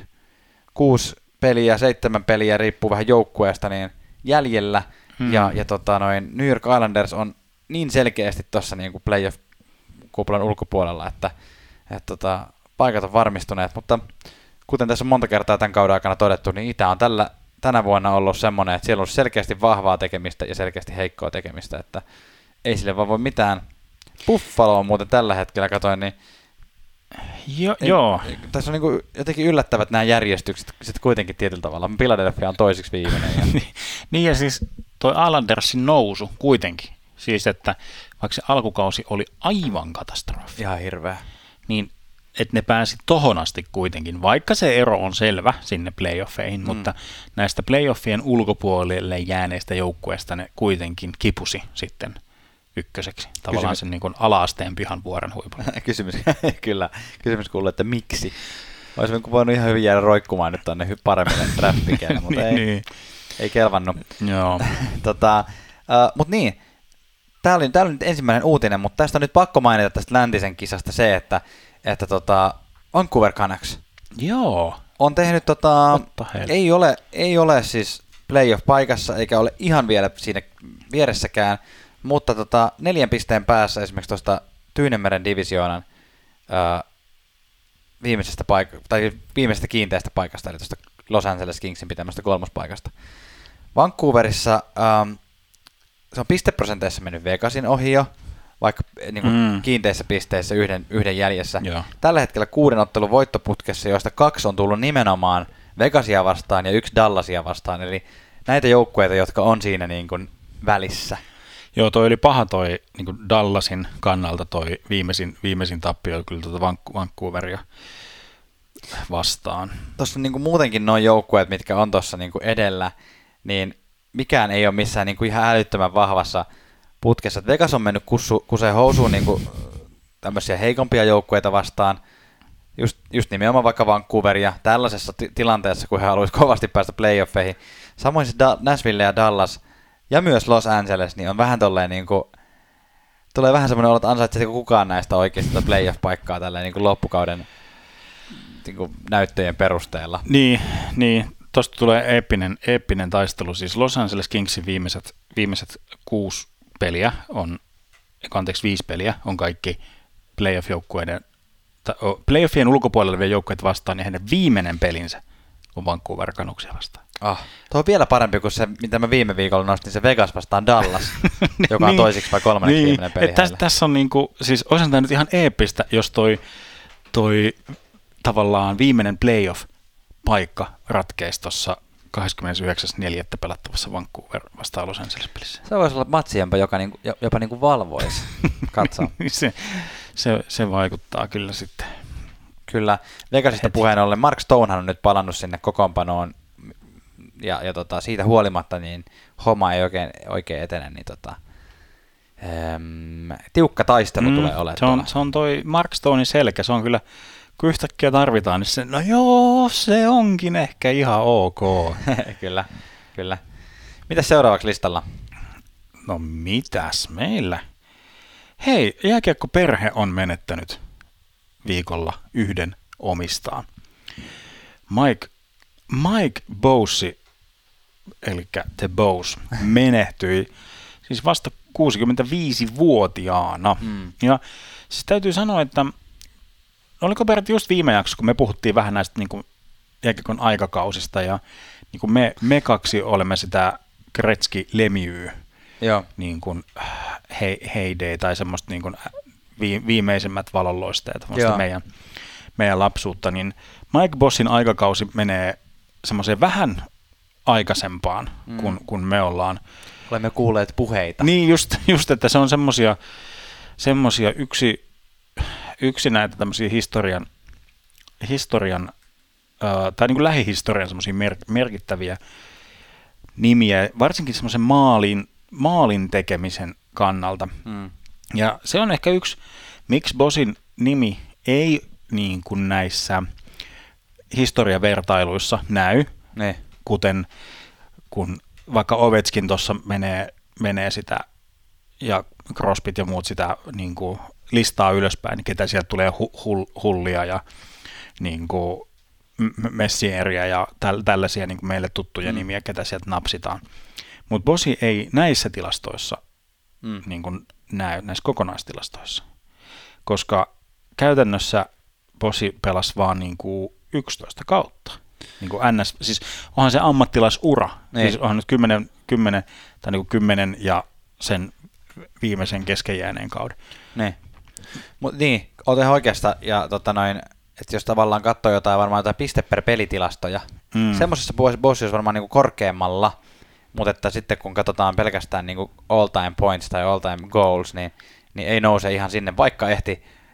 kuusi peliä, seitsemän peliä, riippuu vähän joukkueesta, niin jäljellä, hmm. ja, ja tota, noin New York Islanders on niin selkeästi tuossa niinku playoff-kuplan ulkopuolella, että et, tota, paikat on varmistuneet, mutta kuten tässä on monta kertaa tämän kauden aikana todettu, niin Itä on tällä, tänä vuonna ollut semmoinen, että siellä on selkeästi vahvaa tekemistä ja selkeästi heikkoa tekemistä, että ei sille vaan voi mitään. Buffalo on muuten tällä hetkellä, katoin, niin Jo, ei, joo. Tässä on niin jotenkin yllättävät nämä järjestykset sitten kuitenkin tietyllä tavalla. Philadelphia on toiseksi viimeinen. Ja niin ja siis toi Islandersin nousu kuitenkin, siis että vaikka se alkukausi oli aivan katastrofi. Ihan hirveä. Niin että ne pääsi tohon asti kuitenkin, vaikka se ero on selvä sinne playoffeihin, mm. mutta näistä playoffien ulkopuolelle jääneistä joukkueista ne kuitenkin kipusi sitten ykköseksi, tavallaan Kysymys. sen niin kuin ala-asteen pihan vuoren huipulla. Kysymys, kyllä. Kysymys kuuluu, että miksi? Olisi voinut ihan hyvin jäädä roikkumaan nyt tuonne paremmille trappikeille, mutta niin, ei, niin. ei kelvannut. Joo. tota, uh, mutta niin, tämä oli, oli nyt ensimmäinen uutinen, mutta tästä on nyt pakko mainita tästä läntisen kisasta se, että, että tota, Vancouver Canucks Joo. on tehnyt, tota, ei, ole, ei ole siis playoff-paikassa, eikä ole ihan vielä siinä vieressäkään, mutta tota, neljän pisteen päässä esimerkiksi tuosta Tyynemeren divisioonan ää, viimeisestä, paik- tai viimeisestä kiinteästä paikasta, eli tuosta Los Angeles Kingsin pitämästä kolmospaikasta. Vancouverissa ähm, se on pisteprosenteissa mennyt Vegasin ohi jo, vaikka niin kuin mm. kiinteissä pisteissä yhden, yhden jäljessä. Joo. Tällä hetkellä kuuden ottelun voittoputkessa, joista kaksi on tullut nimenomaan Vegasia vastaan ja yksi Dallasia vastaan, eli näitä joukkueita, jotka on siinä niin kuin välissä. Joo, toi oli paha toi niin kuin Dallasin kannalta toi viimeisin, viimeisin tappio kyllä tuota Vancouveria vastaan. Tuossa niin kuin muutenkin nuo joukkueet, mitkä on tuossa niin kuin edellä, niin mikään ei ole missään niin kuin ihan älyttömän vahvassa putkessa. Vegas on mennyt kussu, kuseen housuun niin kuin tämmöisiä heikompia joukkueita vastaan, just, just nimenomaan vaikka Vancouveria tällaisessa t- tilanteessa, kun he haluaisivat kovasti päästä playoffeihin. Samoin se da- Nashville ja Dallas ja myös Los Angeles, niin on vähän tolleen niin kuin, tulee vähän semmoinen olo, että ansaitsee kukaan näistä oikeasti playoff-paikkaa tälleen niin kuin loppukauden niin kuin näyttöjen perusteella. Niin, niin. Tuosta tulee eeppinen, eeppinen taistelu. Siis Los Angeles Kingsin viimeiset, viimeiset kuusi peliä on, anteeksi viisi peliä on kaikki playoff-joukkueiden, playoffien ulkopuolelle vielä joukkueet vastaan, ja hänen viimeinen pelinsä on Vancouver Canucksia vastaan. Ah, tuo on vielä parempi kuin se, mitä mä viime viikolla nostin, se Vegas vastaan Dallas, joka on niin, toisiksi vai kolmanneksi niin, viimeinen peli. Tässä täs on niinku, siis olisin tämä nyt ihan eeppistä, jos toi, toi tavallaan viimeinen playoff-paikka ratkeisi tuossa kahdeskymmenesyhdeksäs neljättä pelattavassa Vancouver vastaan Los Angeles-pelissä. Se voisi olla matsiempa, joka niinku, jopa niinku valvoisi katsoa. se, se, se vaikuttaa kyllä sitten. Kyllä. Vegasista puheen ollen, Mark Stonehan on nyt palannut sinne kokoonpanoon, ja, ja tota, siitä huolimatta niin homma ei oikein, oikein etene, niin tota, äm, tiukka taistelu mm, tulee olemaan. Se on, se on toi Mark Stonein selkä, se on kyllä, kun yhtäkkiä tarvitaan, niin se, no joo, se onkin ehkä ihan ok. kyllä, kyllä. Mitäs seuraavaksi listalla? No mitäs meillä? Hei, jääkiekkoperhe on menettänyt viikolla yhden omistaan. Mike, Mike Bossy, eli The Boss, menehtyi siis vasta kuusikymmentäviisivuotiaana. Mm. Ja siis täytyy sanoa, että oliko peräti just viime jaksossa, kun me puhuttiin vähän näistä niin kuin jääkiekon aikakausista, ja niin kuin me, me kaksi olemme sitä Gretzky-Lemieux, niin kuin he, heyday tai semmoista niin kuin viimeisimmät valonloisteet vasta meidän, meidän lapsuutta, niin Mike Bossin aikakausi menee semmoiseen vähän aikaisempaan, mm. kun, kun me ollaan. Olemme kuulleet puheita. Niin, just, just että se on semmoisia, semmoisia yksi, yksi näitä tämmöisiä historian, historian äh, tai niin kuin lähihistorian semmoisia mer- merkittäviä nimiä, varsinkin semmoisen maalin, maalin tekemisen kannalta. Mm. Ja se on ehkä yksi, miksi Bossin nimi ei niin kuin näissä historiavertailuissa näy, ne. Kuten kun vaikka Ovechkin tuossa menee, menee sitä ja Crosbyt ja muut sitä niin kuin listaa ylöspäin, niin ketä sieltä tulee hu- hull- hullia ja niin kuin Messieria ja täl- tällaisia niin kuin meille tuttuja mm. nimiä, ketä sieltä napsitaan. Mutta Bossi ei näissä tilastoissa mm. niin kuin näy, näissä kokonaistilastoissa, koska käytännössä Bossi pelasi vaan niin kuin yksitoista kautta. Niin kuin N S, siis onhan se ammattilaisura, niin. Siis onhan nyt kymmenen, kymmenen, tai niin kuin kymmenen ja sen viimeisen keskenjääneen kauden. Niin, Mut niin oot ihan oikeasta, ja tota noin, että jos tavallaan katsoo jotain varmaan jotain piste per pelitilastoja, mm. semmoisessa Bossi olisi varmaan niin kuin korkeammalla, mutta että sitten kun katsotaan pelkästään niin kuin all time points tai all time goals, niin, niin ei nouse ihan sinne, vaikka ehti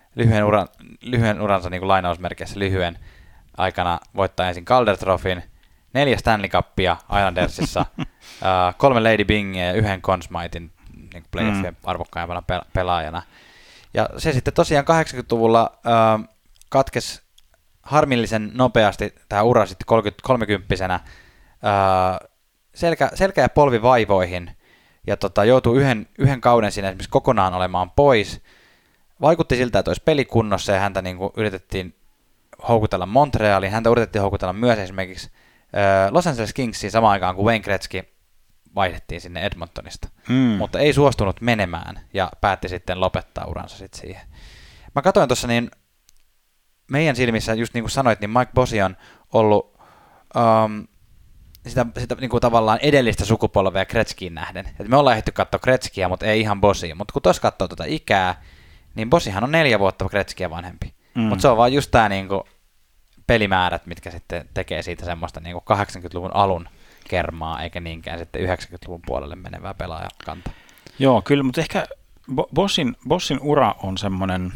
lyhyen, uran, lyhyen uransa niin kuin lainausmerkeissä lyhyen aikana voittaa ensin Calder Trophyn, neljä Stanley Cupia Islandersissa, uh, kolme Lady Bingia ja yhden Conn Smithin niin playoffien mm. arvokkaimpana pe- pelaajana. Ja se sitten tosiaan kahdeksankymmentäluvulla uh, katkesi harmillisen nopeasti tämä ura sitten kolmekymppisenä uh, selkä, selkä- ja polvivaivoihin ja tota, joutui yhden, yhden kauden siinä esimerkiksi kokonaan olemaan pois. Vaikutti siltä, että olisi pelikunnossa ja häntä niin kuin yritettiin houkutella Montrealiin, häntä yritettiin houkutella myös esimerkiksi uh, Los Angeles Kingsiin samaan aikaan, kun Wayne Gretzky vaihdettiin sinne Edmontonista, mm. mutta ei suostunut menemään ja päätti sitten lopettaa uransa sitten siihen. Mä katsoin tuossa niin meidän silmissä, just niin kuin sanoit, niin Mike Bossy on ollut um, sitä, sitä niin kuin tavallaan edellistä sukupolvea Gretzkyin nähden. Et me ollaan ehditty katsoa Gretzkyä, mutta ei ihan Bossy. Mutta kun tuossa katsoo tuota ikää, niin Bossyhan on neljä vuotta Gretzkyä vanhempi. Mm. Mutta se on vaan just tämä niin kuin pelimäärät, mitkä sitten tekee siitä semmoista niin kuin kahdeksankymmentäluvun alun kermaa, eikä niinkään sitten yhdeksänkymmentäluvun puolelle menevää pelaajakanta. Joo, kyllä, mutta ehkä Bossin, Bossin ura on semmoinen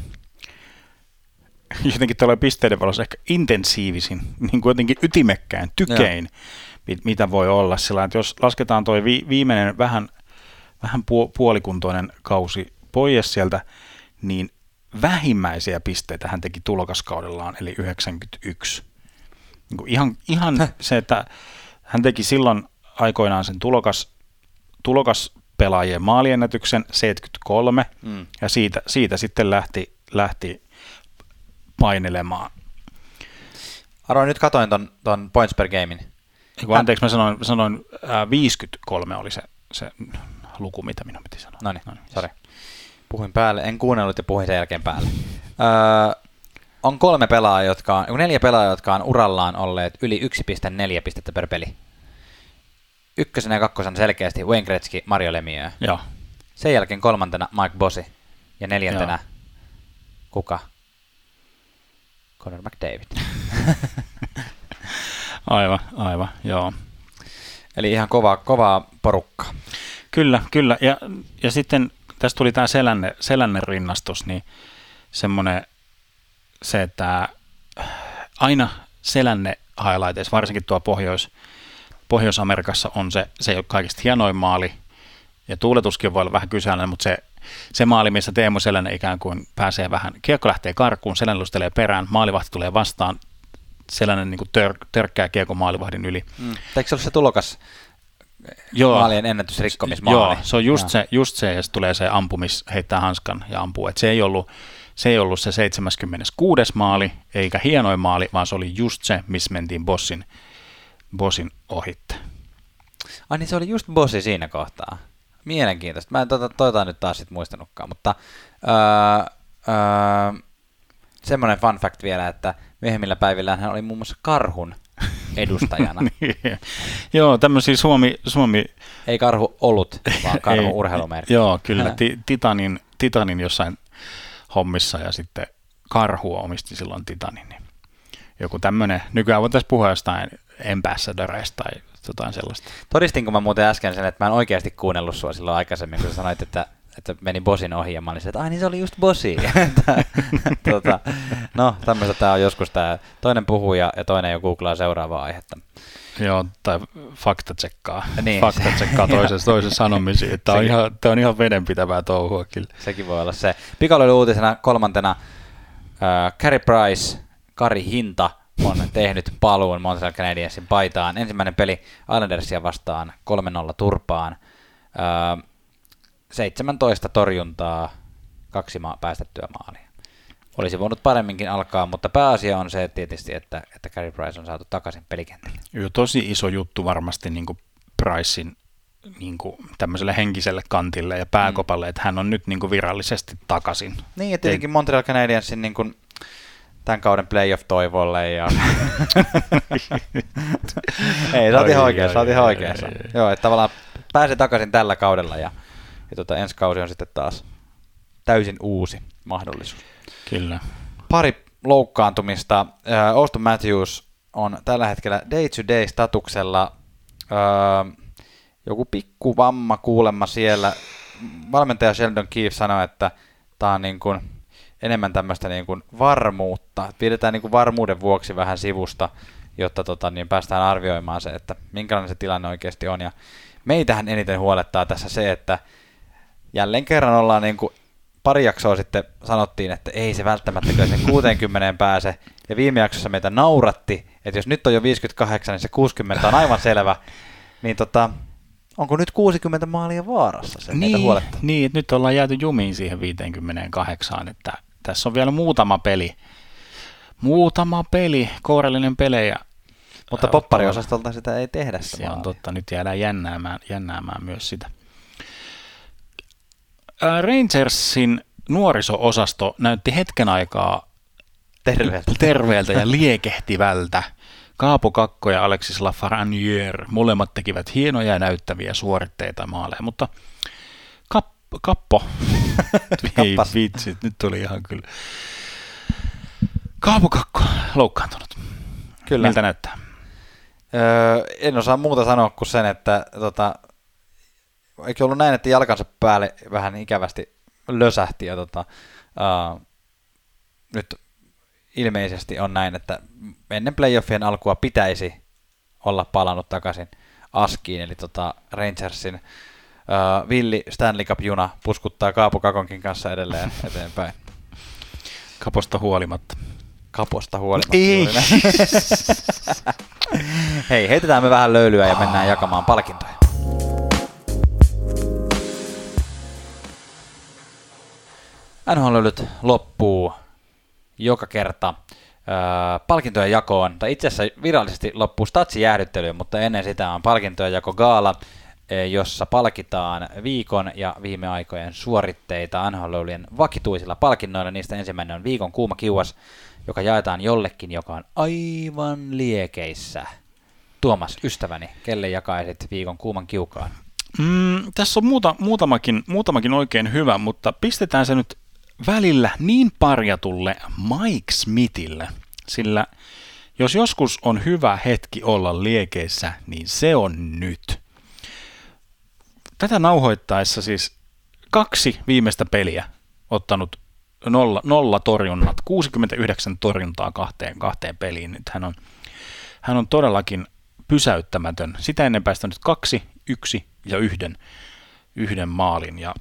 jotenkin tällä pisteiden valossa ehkä intensiivisin, niin kuin jotenkin ytimekkään, tykein, Joo. mitä voi olla. Sillä, että jos lasketaan tuo vi- viimeinen vähän, vähän pu- puolikuntoinen kausi pois sieltä, niin vähimmäisiä pisteitä hän teki tulokaskaudellaan, eli yhdeksänkymmentäyksi. Niin kuin ihan ihan se, että hän teki silloin aikoinaan sen tulokas, tulokaspelaajien maaliennätyksen seitsemänkymmentäkolme, mm. ja siitä, siitä sitten lähti, lähti painelemaan. Aro, nyt katoin ton, ton points per gamein. Eiku, anteeksi, mä sanoin, sanoin äh, viisikymmentäkolme oli se, se luku, mitä minun piti sanoa. Noniin, Noniin. Sori. Puhuin päälle, en kuunnellut ja puhuin sen jälkeen päälle. öö, on kolme pelaajaa, jotka on, neljä pelaajaa, jotka on urallaan olleet yli yksi pilkku neljä pistettä per peli. Ykkösenä ja kakkosena selkeästi Wayne Gretzky, Mario Lemieux. Joo. Sen jälkeen kolmantena Mike Bossy ja neljäntenä Joo. kuka? Connor McDavid. aivan, aivan, joo. Eli ihan kova, kovaa porukkaa. Kyllä, kyllä. Ja, ja sitten tässä tuli tämä selänne, selänne rinnastus, niin semmoinen se, että aina selänne highlighteissa, varsinkin tuo Pohjois, Pohjois-Amerikassa on se, se kaikista hienoin maali, ja tuuletuskin voi olla vähän kyseenalainen, mutta se, se maali, missä Teemu Selänne ikään kuin pääsee vähän, kiekko lähtee karkuun, Selänne lustelee perään, maalivahti tulee vastaan, Selänne niin kuin tör, törkkää kiekko maalivahdin yli. Mm. Eikö se ole se tulokas Joo. maalien ennätysrikkomismaali? Joo, se on just se, just se, ja sitten tulee se ampumis, heittää hanskan ja ampuu, että se ei ollut Se ei ollut se seitsemänkymmentäkuudes maali, eikä hienoin maali, vaan se oli just se, missä mentiin Bossin, Bossin ohitte. Ai niin, se oli just Bossy siinä kohtaa. Mielenkiintoista. Mä en tota, toita nyt taas sit muistanutkaan, mutta öö, öö, semmoinen fun fact vielä, että myöhemmillä päivillä hän oli muun muassa Karhun edustajana. niin. Joo, tämmöisiä Suomi, Suomi... Ei Karhu ollut, vaan Karhu urheilumerkki. Joo, kyllä. Ti- Titanin, Titanin jossain hommissa ja sitten Karhu omisti silloin Titanin. Niin joku tämmöinen, nykyään voitaisiin puhua jostain ambassadoreista tai jotain sellaista. Todistinko mä muuten äsken sen, että mä en oikeasti kuunnellut sua silloin aikaisemmin, kun sä sanoit, että, että meni Bossin ohi ja mä olin se, että ai niin se oli just Bossy. tota, no tämmöistä tää on joskus tää toinen puhuu ja, ja toinen jo googlaa seuraavaa aihetta. Joo, tai faktatsekkaa. Niin. Faktatsekkaa toisessa toisessa sanomisiin. Tämä on, ihan, on ihan vedenpitävää touhua kyllä. Sekin voi olla se. Pikailun uutisena kolmantena äh, Carey Price, Kari Hinta on tehnyt paluun Montreal Canadiensin paitaan. Ensimmäinen peli Islandersia vastaan kolme nolla turpaan. Äh, seitsemäntoista torjuntaa, kaksi maa, päästettyä maalia. Olisi voinut paremminkin alkaa, mutta pääasia on se että tietysti, että, että Carey Price on saatu takaisin pelikentälle. Joo, tosi iso juttu varmasti niin kuin Pricein niin kuin tämmöiselle henkiselle kantille ja pääkopalle, mm. että hän on nyt niin kuin virallisesti takaisin. Niin, ja tietenkin Montreal Canadiensin niin kuin tämän kauden playoff-toivolle. Ja... ei, sä oot ihan oikeassa, sä oot ihan oikeassa. Joo, että tavallaan pääsi takaisin tällä kaudella ja, ja tota, ensi kausi on sitten taas täysin uusi mahdollisuus. Kyllä. Pari loukkaantumista. Uh, Auston Matthews on tällä hetkellä day-to-day-statuksella. Uh, joku pikku vamma kuulemma siellä. Valmentaja Sheldon Keefe sanoi, että tämä on niin kuin, enemmän tämmöistä niin kuin varmuutta. Pidetään niin kuin varmuuden vuoksi vähän sivusta, jotta tota, niin päästään arvioimaan se, että minkälainen se tilanne oikeasti on. Ja meitähän eniten huolettaa tässä se, että jälleen kerran ollaan niin kuin pari jaksoa sitten sanottiin, että ei se välttämättä kyllä sen kuuteenkymmeneen pääse. Ja viime jaksossa meitä nauratti, että jos nyt on jo viisikymmentäkahdeksan, niin se kuusikymmentä on aivan selvä. Niin tota, onko nyt kuusikymmentä maalia vaarassa? Se meitä niin, huolettaa. niin, että nyt ollaan jääty jumiin siihen viisikymmentäkahdeksan, että tässä on vielä muutama peli. Muutama peli, kourallinen pelejä. Mutta poppariosastolta sitä ei tehdä. Se on totta, nyt jäädään jännäämään, jännäämään myös sitä. Rangersin nuoriso-osasto näytti hetken aikaa terveeltä, terveeltä ja liekehtivältä. Kaapo Kakko ja Alexis Lafreniere, molemmat tekivät hienoja ja näyttäviä suoritteita maaleja, mutta kap, Kappo, ei vitsi, nyt tuli ihan kyllä. Kaapo Kakko, loukkaantunut. Kyllä. Miltä näyttää? Öö, en osaa muuta sanoa kuin sen, että tota, eikö ollut näin, että jalkansa päälle vähän ikävästi lösähti ja tota, uh, nyt ilmeisesti on näin, että ennen playoffien alkua pitäisi olla palannut takaisin askiin, eli tota Rangersin uh, villi Stanley Cup-juna puskuttaa Kaapo Kakonkin kanssa edelleen eteenpäin. Kaposta huolimatta. Kaposta huolimatta. Ei. Hei, heitetään me vähän löylyä ja mennään jakamaan palkintoja. N H L-löylyt loppuu joka kerta öö, palkintojen jakoon, tai itse asiassa virallisesti loppuu statsijäähdyttelyyn, mutta ennen sitä on palkintojen jako gaala, jossa palkitaan viikon ja viime aikojen suoritteita N H L-löylyjen vakituisilla palkinnoilla. Niistä ensimmäinen on viikon kuuma kiuas, joka jaetaan jollekin, joka on aivan liekeissä. Tuomas, ystäväni, kelle jakaisit viikon kuuman kiukaan? Mm, tässä on muuta, muutamakin, muutamakin oikein hyvä, mutta pistetään se nyt välillä niin parjatulle Mike Smithille, sillä jos joskus on hyvä hetki olla liekeissä, niin se on nyt. Tätä nauhoittaessa siis kaksi viimeistä peliä ottanut nolla, nolla torjunnat, kuusikymmentäyhdeksän torjuntaa kahteen, kahteen peliin. Nyt hän on, hän on todellakin pysäyttämätön. Sitä ennen päästänyt kaksi, yksi ja yhden, yhden maalin. Ja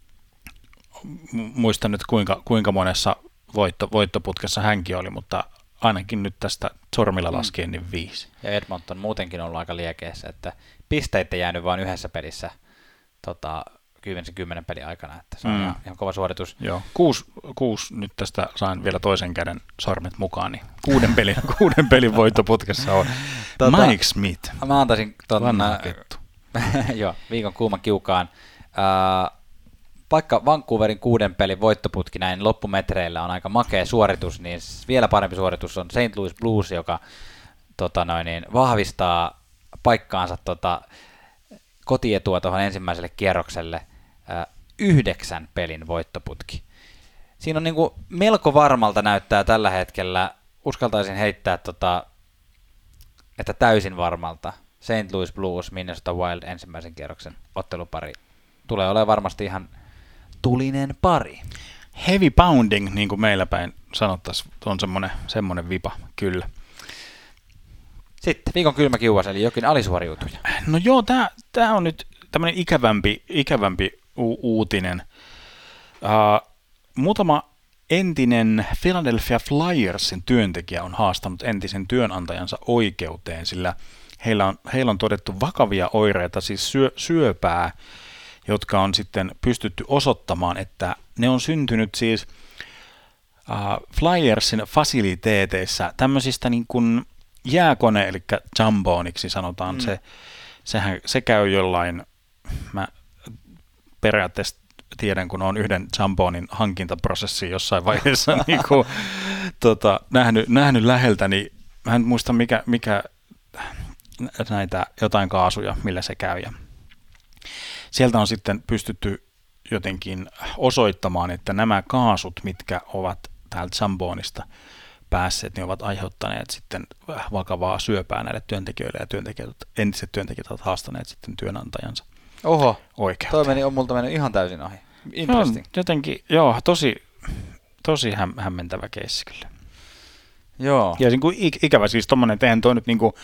muistan nyt kuinka, kuinka monessa voitto, voittoputkessa hänkin oli, mutta ainakin nyt tästä sormilla laskien niin viisi. Ja Edmonton muutenkin on ollut aika liekeissä, että pisteitä jäänyt vain yhdessä pelissä tota, kymmenen, kymmenen pelin aikana, että se on mm. ihan, ihan kova suoritus. Joo, kuusi, kuusi, nyt tästä sain vielä toisen käden sormet mukaan, niin kuuden pelin, kuuden pelin voittoputkessa on tota, Mike Smith. Mä antaisin ton, joo, viikon kuuman kiukaan. Uh, Vaikka Vancouverin kuuden pelin voittoputki näin loppumetreillä on aika makea suoritus, niin vielä parempi suoritus on Saint Louis Blues, joka tota noin, niin vahvistaa paikkaansa tota, kotietua tuohon ensimmäiselle kierrokselle äh, yhdeksän pelin voittoputki. Siinä on niin kuin melko varmalta näyttää tällä hetkellä, uskaltaisin heittää, tota, että täysin varmalta Saint Louis Blues, Minnesota Wild ensimmäisen kierroksen ottelupari tulee olemaan varmasti ihan tulinen pari. Heavy pounding, niin kuin meillä päin sanottaisiin, on semmoinen, semmoinen vipa, kyllä. Sitten viikon kylmä kiuas, eli jokin alisuoriutuja. No joo, tää, tää on nyt tämmöinen ikävämpi, ikävämpi u- uutinen. Uh, muutama entinen Philadelphia Flyersin työntekijä on haastanut entisen työnantajansa oikeuteen, sillä heillä on, heillä on todettu vakavia oireita, siis syö, syöpää, jotka on sitten pystytty osoittamaan, että ne on syntynyt siis uh, Flyersin fasiliteeteissa tämmöisistä niin kuin jääkone, eli jumbooniksi sanotaan, mm. se, sehän, se käy jollain, mä periaatteessa tiedän, kun on yhden jumboonin hankintaprosessi jossain vaiheessa niin kuin, tota, nähnyt, nähnyt läheltä, niin mä en muista mikä, mikä näitä jotain kaasuja, millä se käy, ja sieltä on sitten pystytty jotenkin osoittamaan, että nämä kaasut, mitkä ovat täältä Zamboonista päässeet, niin ovat aiheuttaneet sitten vakavaa syöpää näille työntekijöille, ja työntekijät, entiset työntekijät ovat haastaneet sitten työnantajansa. Oho, oikeuteen. Toi meni, on multa mennyt ihan täysin ohi. Interesting. No, jotenkin, joo, tosi, tosi häm, hämmentävä keissi kyllä. Joo. Ja niin ik, ikävä siis tommonen, että eihän toi nyt niinku,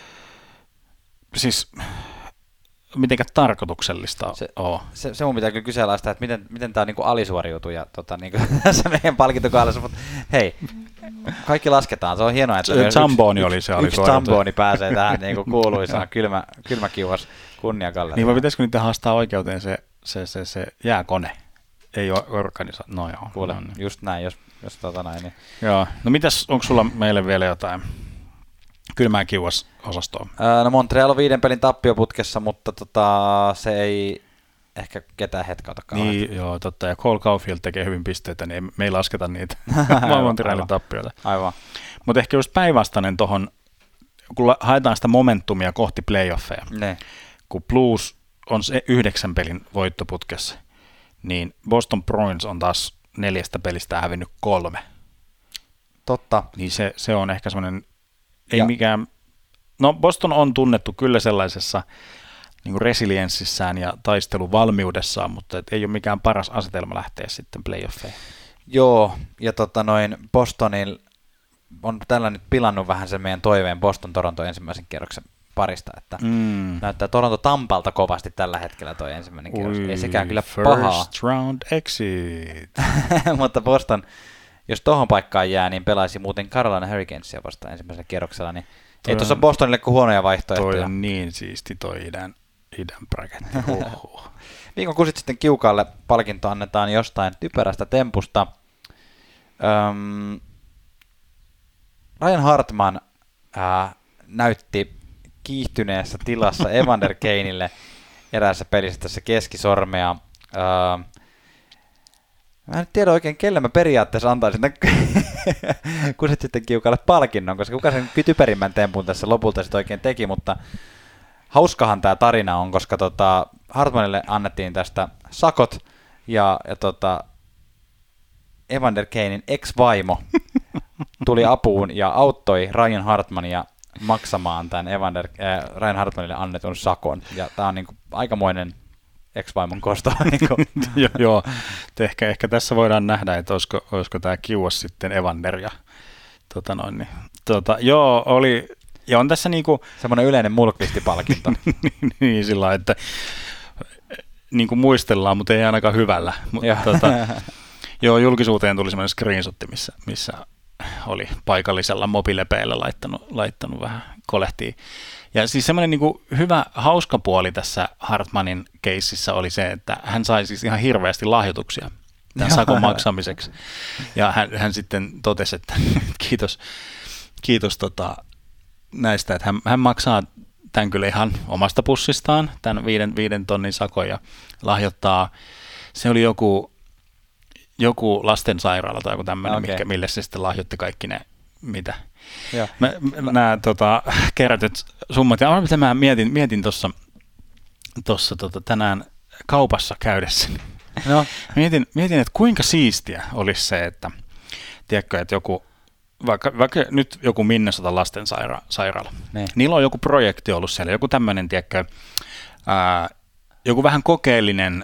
siis mitenkä tarkoituksellista se, oo. Se, se mun pitää kyllä kyseenalaistaa, että miten, miten tää on niinku alisuoriutuja tota, niinku, tässä meidän palkintokaudessa, mutta hei, kaikki lasketaan, se on hienoa, että Se Zamboni oli se yksi Zamboni pääsee tähän niinku kuuluisaan kylmä, kylmäkiuas kunniakalle. Niin vai pitäisikö niitä haastaa oikeuteen se, se, se, se jääkone? Ei ole organisaatio. No joo. Kuule, no niin. just näin, jos, jos tota näin. Niin. Joo. No mitäs, onko sulla meille vielä jotain kylmää kiuas osastoa? Öö, no Montreal on viiden pelin tappioputkessa, mutta tota, se ei ehkä ketään hetkauta kauheasti. Niin, joo, totta. Ja Cole Caulfield tekee hyvin pisteitä, niin ei, me ei lasketa niitä Montrealin tappioita. Aivan. Mutta ehkä just päinvastainen tuohon, kun haetaan sitä momentumia kohti playoffeja, ne. Kun Blues on se yhdeksän pelin voittoputkessa, niin Boston Bruins on taas neljästä pelistä hävinnyt kolme. Totta. Niin se, se on ehkä semmoinen, ei ja. mikään, no Boston on tunnettu kyllä sellaisessa niin kuin resilienssissään ja taisteluvalmiudessaan, mutta et ei ole mikään paras asetelma lähteä sitten playoffeihin. Joo, ja tota noin Bostonin on tällä nyt pilannut vähän sen meidän toiveen Boston-Toronto ensimmäisen kierroksen parista, että mm. näyttää Toronto Tampalta kovasti tällä hetkellä toi ensimmäinen kierros. Ei sekään kyllä pahaa. First round exit. Mutta Boston, jos tohon paikkaan jää, niin pelaisi muuten Carolina Hurricanesia vastaan ensimmäisellä kierroksella, niin toi ei tuossa Bostonille kuin huonoja vaihtoehtoja. Toi on niin siisti toi idän, idän braketti. Uhuh. Viikon kusit sitten Kiukaalle palkinto annetaan jostain typerästä tempusta. Öm, Ryan Hartman ää, näytti kiihtyneessä tilassa Evander Kaneille eräässä pelissä tässä keskisormea. Ää, mä en tiedä oikein, kelle mä periaatteessa antaisin kusit sitten Kiukaalle palkinnon, koska kuka sen typerimmän tempun tässä lopulta sitten oikein teki, mutta hauskahan tämä tarina on, koska tota, Hartmanille annettiin tästä sakot ja, ja tota, Evander Kanein ex-vaimo tuli apuun ja auttoi Ryan Hartmania maksamaan tämän Evander, äh, Ryan Hartmanille annetun sakon. Ja tämä on niinku aikamoinen ex-vaimon kosto. Niinku. joo, joo. Ehkä, ehkä tässä voidaan nähdä, että olisiko, olisiko tämä kiuas sitten Evander. Ja, tota noin, niin, tota, joo, oli, ja on tässä niinku semmoinen yleinen mulkvistipalkinto. niin sillä lailla, että niin kuin muistellaan, mutta ei ainakaan hyvällä. tota, joo, julkisuuteen tuli semmoinen screenshotti, missä, missä oli paikallisella mobiilepeillä laittanut, laittanut vähän kolehtiin. Ja siis semmoinen niin kuin hyvä, hauska puoli tässä Hartmanin keississä oli se, että hän sai siis ihan hirveästi lahjoituksia tämän sakon maksamiseksi. Ja hän, hän sitten totesi, että kiitos, kiitos tota, näistä, että hän, hän maksaa tämän kyllä ihan omasta pussistaan, tämän viiden, viiden tonnin sakon ja lahjoittaa. Se oli joku, joku lastensairaala tai joku tämmöinen, okay. Mille se sitten lahjoitti kaikki ne, mitä. Mä, nämä tota, kerätyt summat. Ja mitä mä mietin, mietin tuossa tossa, tota, tänään kaupassa käydessä. No. Mietin, mietin, että kuinka siistiä olisi se, että, tiedätkö, että joku, vaikka, vaikka nyt joku Minnesotan lastensairaala, ne. Niillä on joku projekti ollut siellä, joku tämmöinen, tiedätkö, ää, joku vähän kokeellinen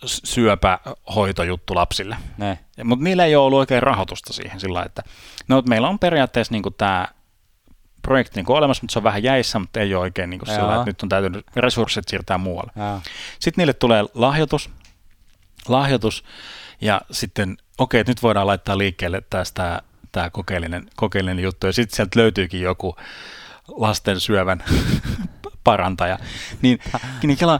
syöpähoitojuttu lapsille. Mutta niillä ei ole ollut oikein rahoitusta siihen sillä, että no, meillä on periaatteessa niinku tämä projekti niinku olemassa, mutta se on vähän jäissä, mutta ei ole oikein niinku sillä, että nyt on täytynyt resurssit siirtää muualle. Jaa. Sitten niille tulee lahjoitus, lahjoitus ja sitten okei, okay, nyt voidaan laittaa liikkeelle tästä tämä kokeellinen, kokeellinen juttu, ja sitten sieltä löytyykin joku lasten syövän parantaja. Niin, niin kela,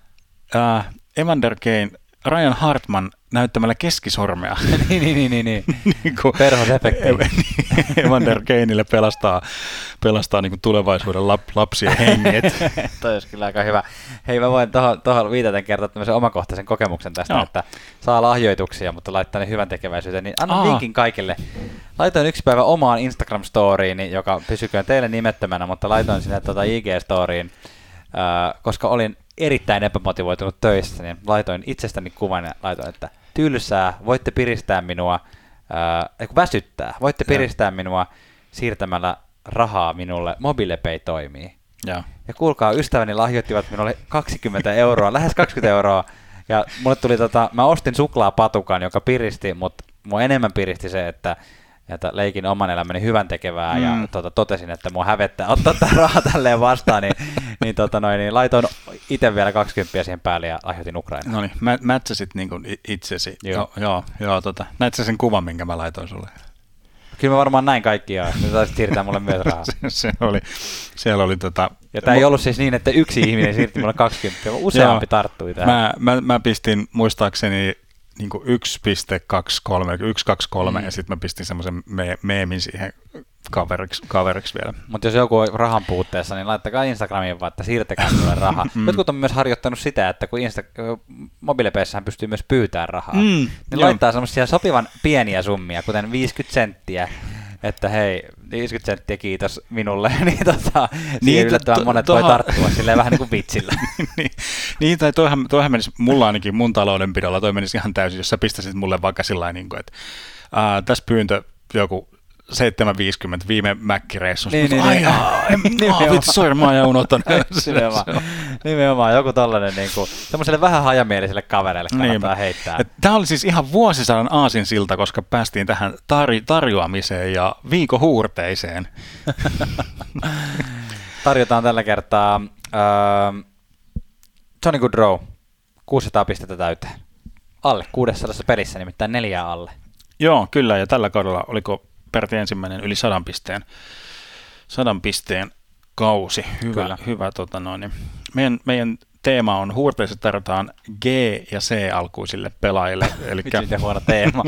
ää, Evander Kane, Ryan Hartman näyttämällä keskisormea. niin, niin, niin, niin. niin perhosefekti. Evander Kaneille pelastaa, pelastaa niin tulevaisuuden lap, lapsien henget. Toi olisi kyllä aika hyvä. Hei, mä voin tuohon viitaten kertoa tämmöisen omakohtaisen kokemuksen tästä, no. Että saa lahjoituksia, mutta laittaa ne hyvän tekeväisyyteen. Niin annan linkin kaikille. Laitoin yksi päivä omaan Instagram-storiini, joka pysyköön teille nimettömänä, mutta laitoin sinne tuota I G-storiin, äh, koska olin erittäin epämotivoitunut töissä, niin laitoin itsestäni kuvan ja laitoin, että tylsää, voitte piristää minua, äh, väsyttää, voitte piristää ja. minua siirtämällä rahaa minulle, MobilePay toimii. Ja. ja kuulkaa, ystäväni lahjoittivat minulle kaksikymmentä euroa, lähes kaksikymmentä euroa, ja mulle tuli tota, mä ostin suklaapatukan, joka piristi, mutta mua enemmän piristi se, että, että leikin oman elämäni hyvän tekevää mm. ja tota, totesin, että mua hävettää ottaa tämä raha tälleen vastaan, niin, niin, tota, noin, niin laitoin itse vielä kaksikymmentä siihen päälle ja lahjoitin Ukrainaan. No niin, mä, mätsäsit niin kuin itsesi. Joo. Joo, joo, joo tota, näit sä sen kuvan, minkä mä laitoin sulle? Kyllä mä varmaan näin kaikkia, nyt taisit siirtää mulle myös rahaa. se, se oli, siellä oli tota... Ja tämä ei ollut siis niin, että yksi ihminen siirti mulle kaksikymmentä, vaan useampi tarttui tähän. Mä, mä, mä pistin muistaakseni niin kuin yksi pilkku kaksikymmentäkolme, yksi pilkku kaksikymmentäkolme mm. ja sitten mä pistin semmoisen me- meemin siihen kaveriksi, kaveriksi vielä. Mutta jos joku on rahan puutteessa, niin laittakaa Instagramiin vaan, että siirtäkää minulle rahaa. mm. Jotkut on myös harjoittanut sitä, että kun Insta- mobiilipeissähän pystyy myös pyytämään rahaa, mm. niin joo. laittaa semmoisia sopivan pieniä summia, kuten viisikymmentä senttiä, että hei, viisikymmentä senttiä kiitos minulle, niin tota, niin, yllättävän to, monet toha... voi tarttua silleen vähän niin kuin vitsillä. niin, niin, tai toihan, toihan menisi, mulla ainakin mun taloudenpidolla, toi menisi ihan täysin, jos sä pistäisit mulle vaikka sillä niin kuin, että ää, tässä pyyntö joku seitsemän viisikymmentä viime mäkkireissussa. Niin, niin, ai niin, jaa, vitsi, sori, mä oon jo unohtanut. nimenomaan, nimenomaan, joku tollainen niin kuin, semmoiselle vähän hajamieliselle kavereille kannattaa niin, heittää. Tämä oli siis ihan vuosisadan aasinsilta, koska päästiin tähän tar- tarjoamiseen ja viikohuurteiseen. Tarjotaan tällä kertaa äh, Johnny Gaudreau, kuusisataa pistettä täyteen. Alle kuusisataa pelissä, nimittäin neljää alle. Joo, kyllä, ja tällä kaudella oliko Pertti ensimmäinen yli sadan pisteen, sadan pisteen kausi. Hyvä, hyvä tota noin. Meidän, meidän teema on huurteissa tarjotaan G- ja C-alkuisille pelaajille. Elikkä... Miten huono teema.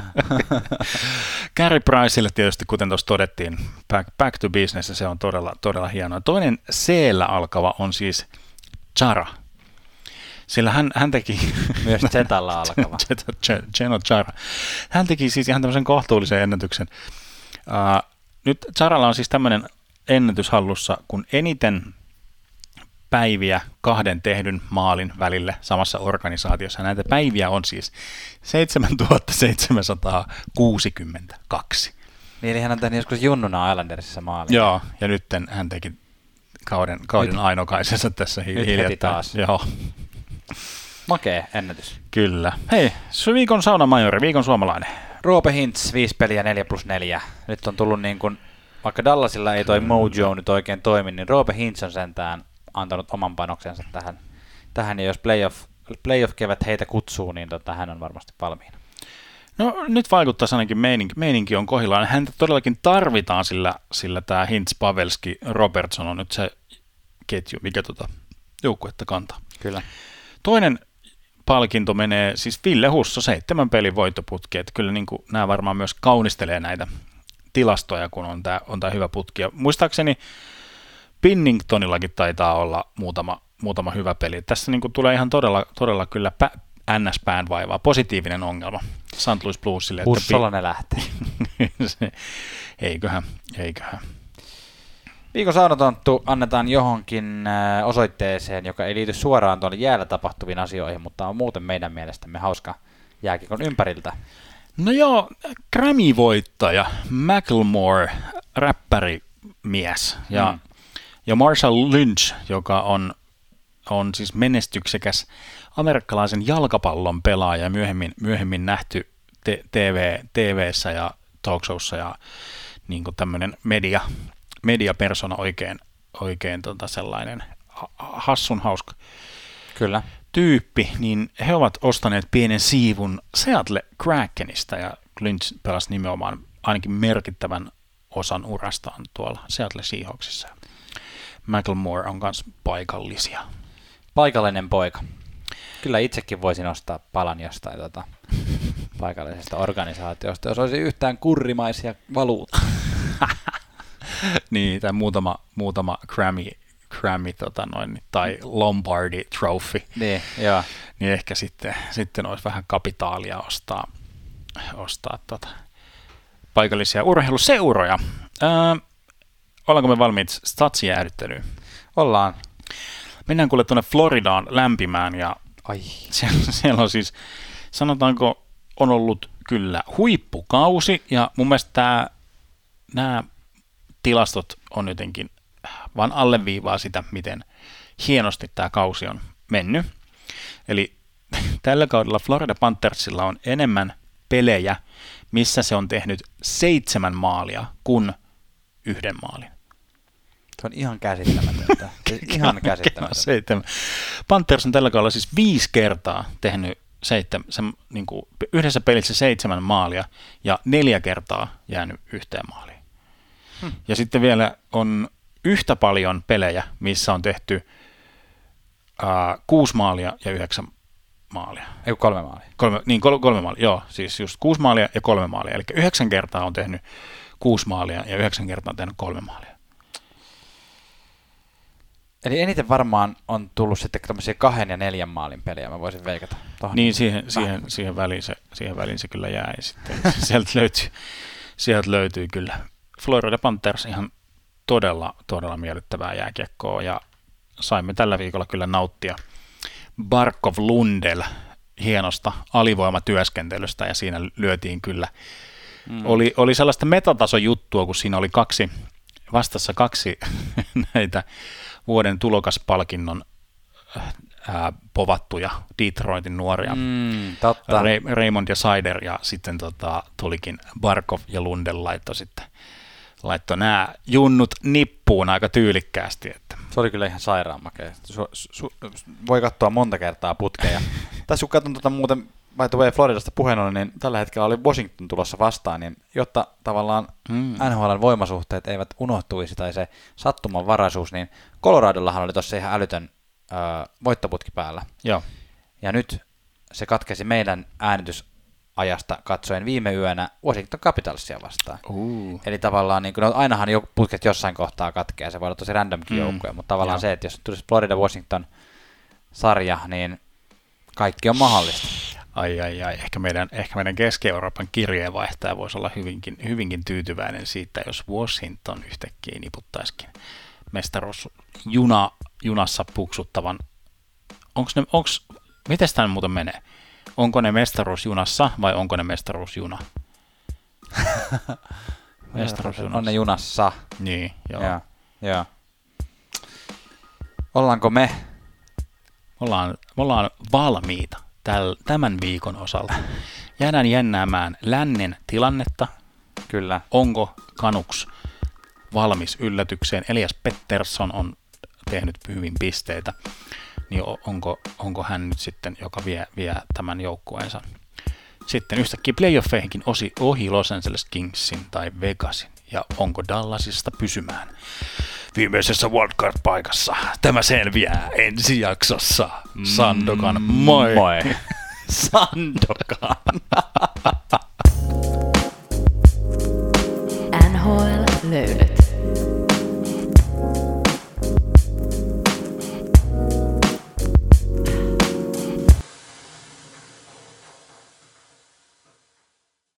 Carey Pricelle tietysti, kuten tuossa todettiin, back, back to business, ja se on todella, todella hienoa. Toinen C-llä alkava on siis Chara. Sillä hän, hän teki... Myös Zetalla alkava. Geno Chara. Hän teki siis ihan tämmöisen kohtuullisen ennätyksen. Uh, nyt Charalla on siis tämmöinen ennätys hallussa, kun eniten päiviä kahden tehdyn maalin välille samassa organisaatiossa. Näitä päiviä on siis seitsemäntuhatta seitsemänsataakuusikymmentäkaksi. Niin, eli hän on tehnyt joskus junnuna Islandersissa maalin. Joo, ja nyt hän teki kauden, kauden ainokaisessa tässä hi- nyt hiljattain. Heti taas. Joo. Makee ennätys. Kyllä. Hei, viikon saunamajori, viikon suomalainen. Roope Hintz, viisi peliä, neljä plus neljä. Nyt on tullut niin kuin, vaikka Dallasilla ei toi mojo nyt oikein toimi, niin Roope Hintz on sentään antanut oman panoksensa tähän. tähän ja jos playoff, playoff-kevät heitä kutsuu, niin tota, hän on varmasti valmiina. No nyt vaikuttaa ainakin meininki, meininki on kohdillaan. Häntä todellakin tarvitaan, sillä, sillä tämä Hintz, Pavelski, Robertson on nyt se ketju, mikä tota joukkuetta kantaa. Kyllä. Toinen palkinto menee siis Ville Husso, seitsemän pelin voittoputki. Että kyllä niin kuin, nämä varmaan myös kaunistelee näitä tilastoja, kun on tämä on tää hyvä putki. Ja muistaakseni Binningtonillakin taitaa olla muutama, muutama hyvä peli. Tässä niin kuin, tulee ihan todella, todella kyllä pä, N S-pään vaivaa, positiivinen ongelma Saint Louis Bluesille. Hussolla ne lähtee. eiköhän, eiköhän. Viikon saunatonttu annetaan johonkin osoitteeseen, joka ei liity suoraan tuolle jäällä tapahtuviin asioihin, mutta on muuten meidän mielestämme hauska jääkiekon ympäriltä. No joo, Grammy-voittaja, Macklemore, räppärimies ja, mm. ja Marshall Lynch, joka on, on siis menestyksekäs amerikkalaisen jalkapallon pelaaja, myöhemmin, myöhemmin nähty te- TV, T V:ssä ja talkshowssa ja niin kuin tämmöinen media, mediapersona oikein, oikein tota sellainen hassun hauska Kyllä. tyyppi, niin he ovat ostaneet pienen siivun Seattle Krakenista ja Lynch pelasi nimenomaan ainakin merkittävän osan urastaan tuolla Seattle Seahawksissa. Macklemore on myös paikallisia. Paikallinen poika. Kyllä itsekin voisin ostaa palan jostain tuota, paikallisesta organisaatiosta, jos olisi yhtään kurrimaisia valuutta. Niin, tai muutama, muutama Grammy, Grammy tota noin, tai Lombardi Trophy. Niin, joo. Niin ehkä sitten, sitten olisi vähän kapitaalia ostaa, ostaa tota, paikallisia urheiluseuroja. Ää, ollaanko me valmiit statsia äädyttelyyn? Ollaan. Mennään kuule tuonne Floridaan lämpimään ja Ai. Siellä, siellä on siis, sanotaanko, on ollut kyllä huippukausi ja mun mielestä tämä, nämä tilastot on jotenkin vaan alleviivaa sitä, miten hienosti tämä kausi on mennyt. Eli tällä kaudella Florida Panthersilla on enemmän pelejä, missä se on tehnyt seitsemän maalia kun yhden maalin. Se on ihan käsittämätöntä. ihan käsittämätöntä. Seitsemän. Panthers on tällä kaudella siis viisi kertaa tehnyt seitsemän, se, niin kuin, yhdessä pelissä seitsemän maalia ja neljä kertaa jäänyt yhteen maaliin. Hmm. Ja sitten vielä on yhtä paljon pelejä, missä on tehty uh, kuusi maalia ja yhdeksän maalia. Ei kolme maalia. Kolme, niin, kol, kolme maalia, joo. Siis just kuusi maalia ja kolme maalia. Eli yhdeksän kertaa on tehnyt kuusi maalia ja yhdeksän kertaa on tehnyt kolme maalia. Eli eniten varmaan on tullut sitten tämmöisiä kahden ja neljän maalin pelejä, mä voisin veikata. Tohon niin, siihen, siihen, siihen, väliin se, siihen väliin se kyllä jää. Ja sitten sieltä, löytyy, sieltä löytyy kyllä Florida Panthers ihan todella, todella miellyttävää jääkiekkoa. Ja saimme tällä viikolla kyllä nauttia Barkov Lundell hienosta alivoimatyöskentelystä ja siinä lyötiin kyllä. Mm. Oli, oli sellaista metatason juttua, kun siinä oli kaksi, vastassa kaksi näitä vuoden tulokaspalkinnon ää, povattuja Detroitin nuoria. Mm, totta. Ray, Raymond ja Seider ja sitten tota, tulikin Barkov ja Lundell laittoi sitten laittoi nämä junnut nippuun aika tyylikkäästi. Että. Se oli kyllä ihan sairaan makea. Su, su, voi katsoa monta kertaa putkeja. Tässä kun katson tuota muuten, by the way, Floridasta puheen ollen, niin tällä hetkellä oli Washington tulossa vastaan, niin jotta tavallaan mm. N H L:n voimasuhteet eivät unohtuisi tai se sattumanvaraisuus, niin Coloradollahan oli tuossa ihan älytön ö, voittoputki päällä. Joo. Ja nyt se katkesi meidän äänitysajasta katsoen viime yönä Washington Capitalsia vastaan. Uh. Eli tavallaan, niin kuin, no, ainahan jo putket jossain kohtaa katkeaa, se voi olla tosi randomkin mm. joukkoja, mutta tavallaan Joo. se, että jos tulisi Florida-Washington-sarja, niin kaikki on mahdollista. Ai, ai, ai. Ehkä meidän, ehkä meidän Keski-Euroopan kirjeenvaihtaja voisi olla hyvinkin, hyvinkin tyytyväinen siitä, jos Washington yhtäkkiä niputtaisikin mestaruus juna, junassa puksuttavan. Onko ne, onks, miten tämä muuten menee? Onko ne mestaruusjunassa vai onko ne mestaruusjuna? Mestaruusjunassa. On ne junassa. Niin, joo. Ja, ja. Ollaanko me? Ollaan, me ollaan valmiita täl, tämän viikon osalta. Jäädään jännäämään lännen tilannetta. Kyllä. Onko Canucks valmis yllätykseen? Elias Pettersson on tehnyt hyvin pisteitä. Niin onko, onko hän nyt sitten, joka vie, vie tämän joukkueensa sitten yhtäkkiä playoffeihinkin osi, ohi Los Angeles Kingsin tai Vegasin? Ja onko Dallasista pysymään viimeisessä wildcard-paikassa? Tämä selviää ensi jaksossa. Sandokan, moi! Moi! Sandokan!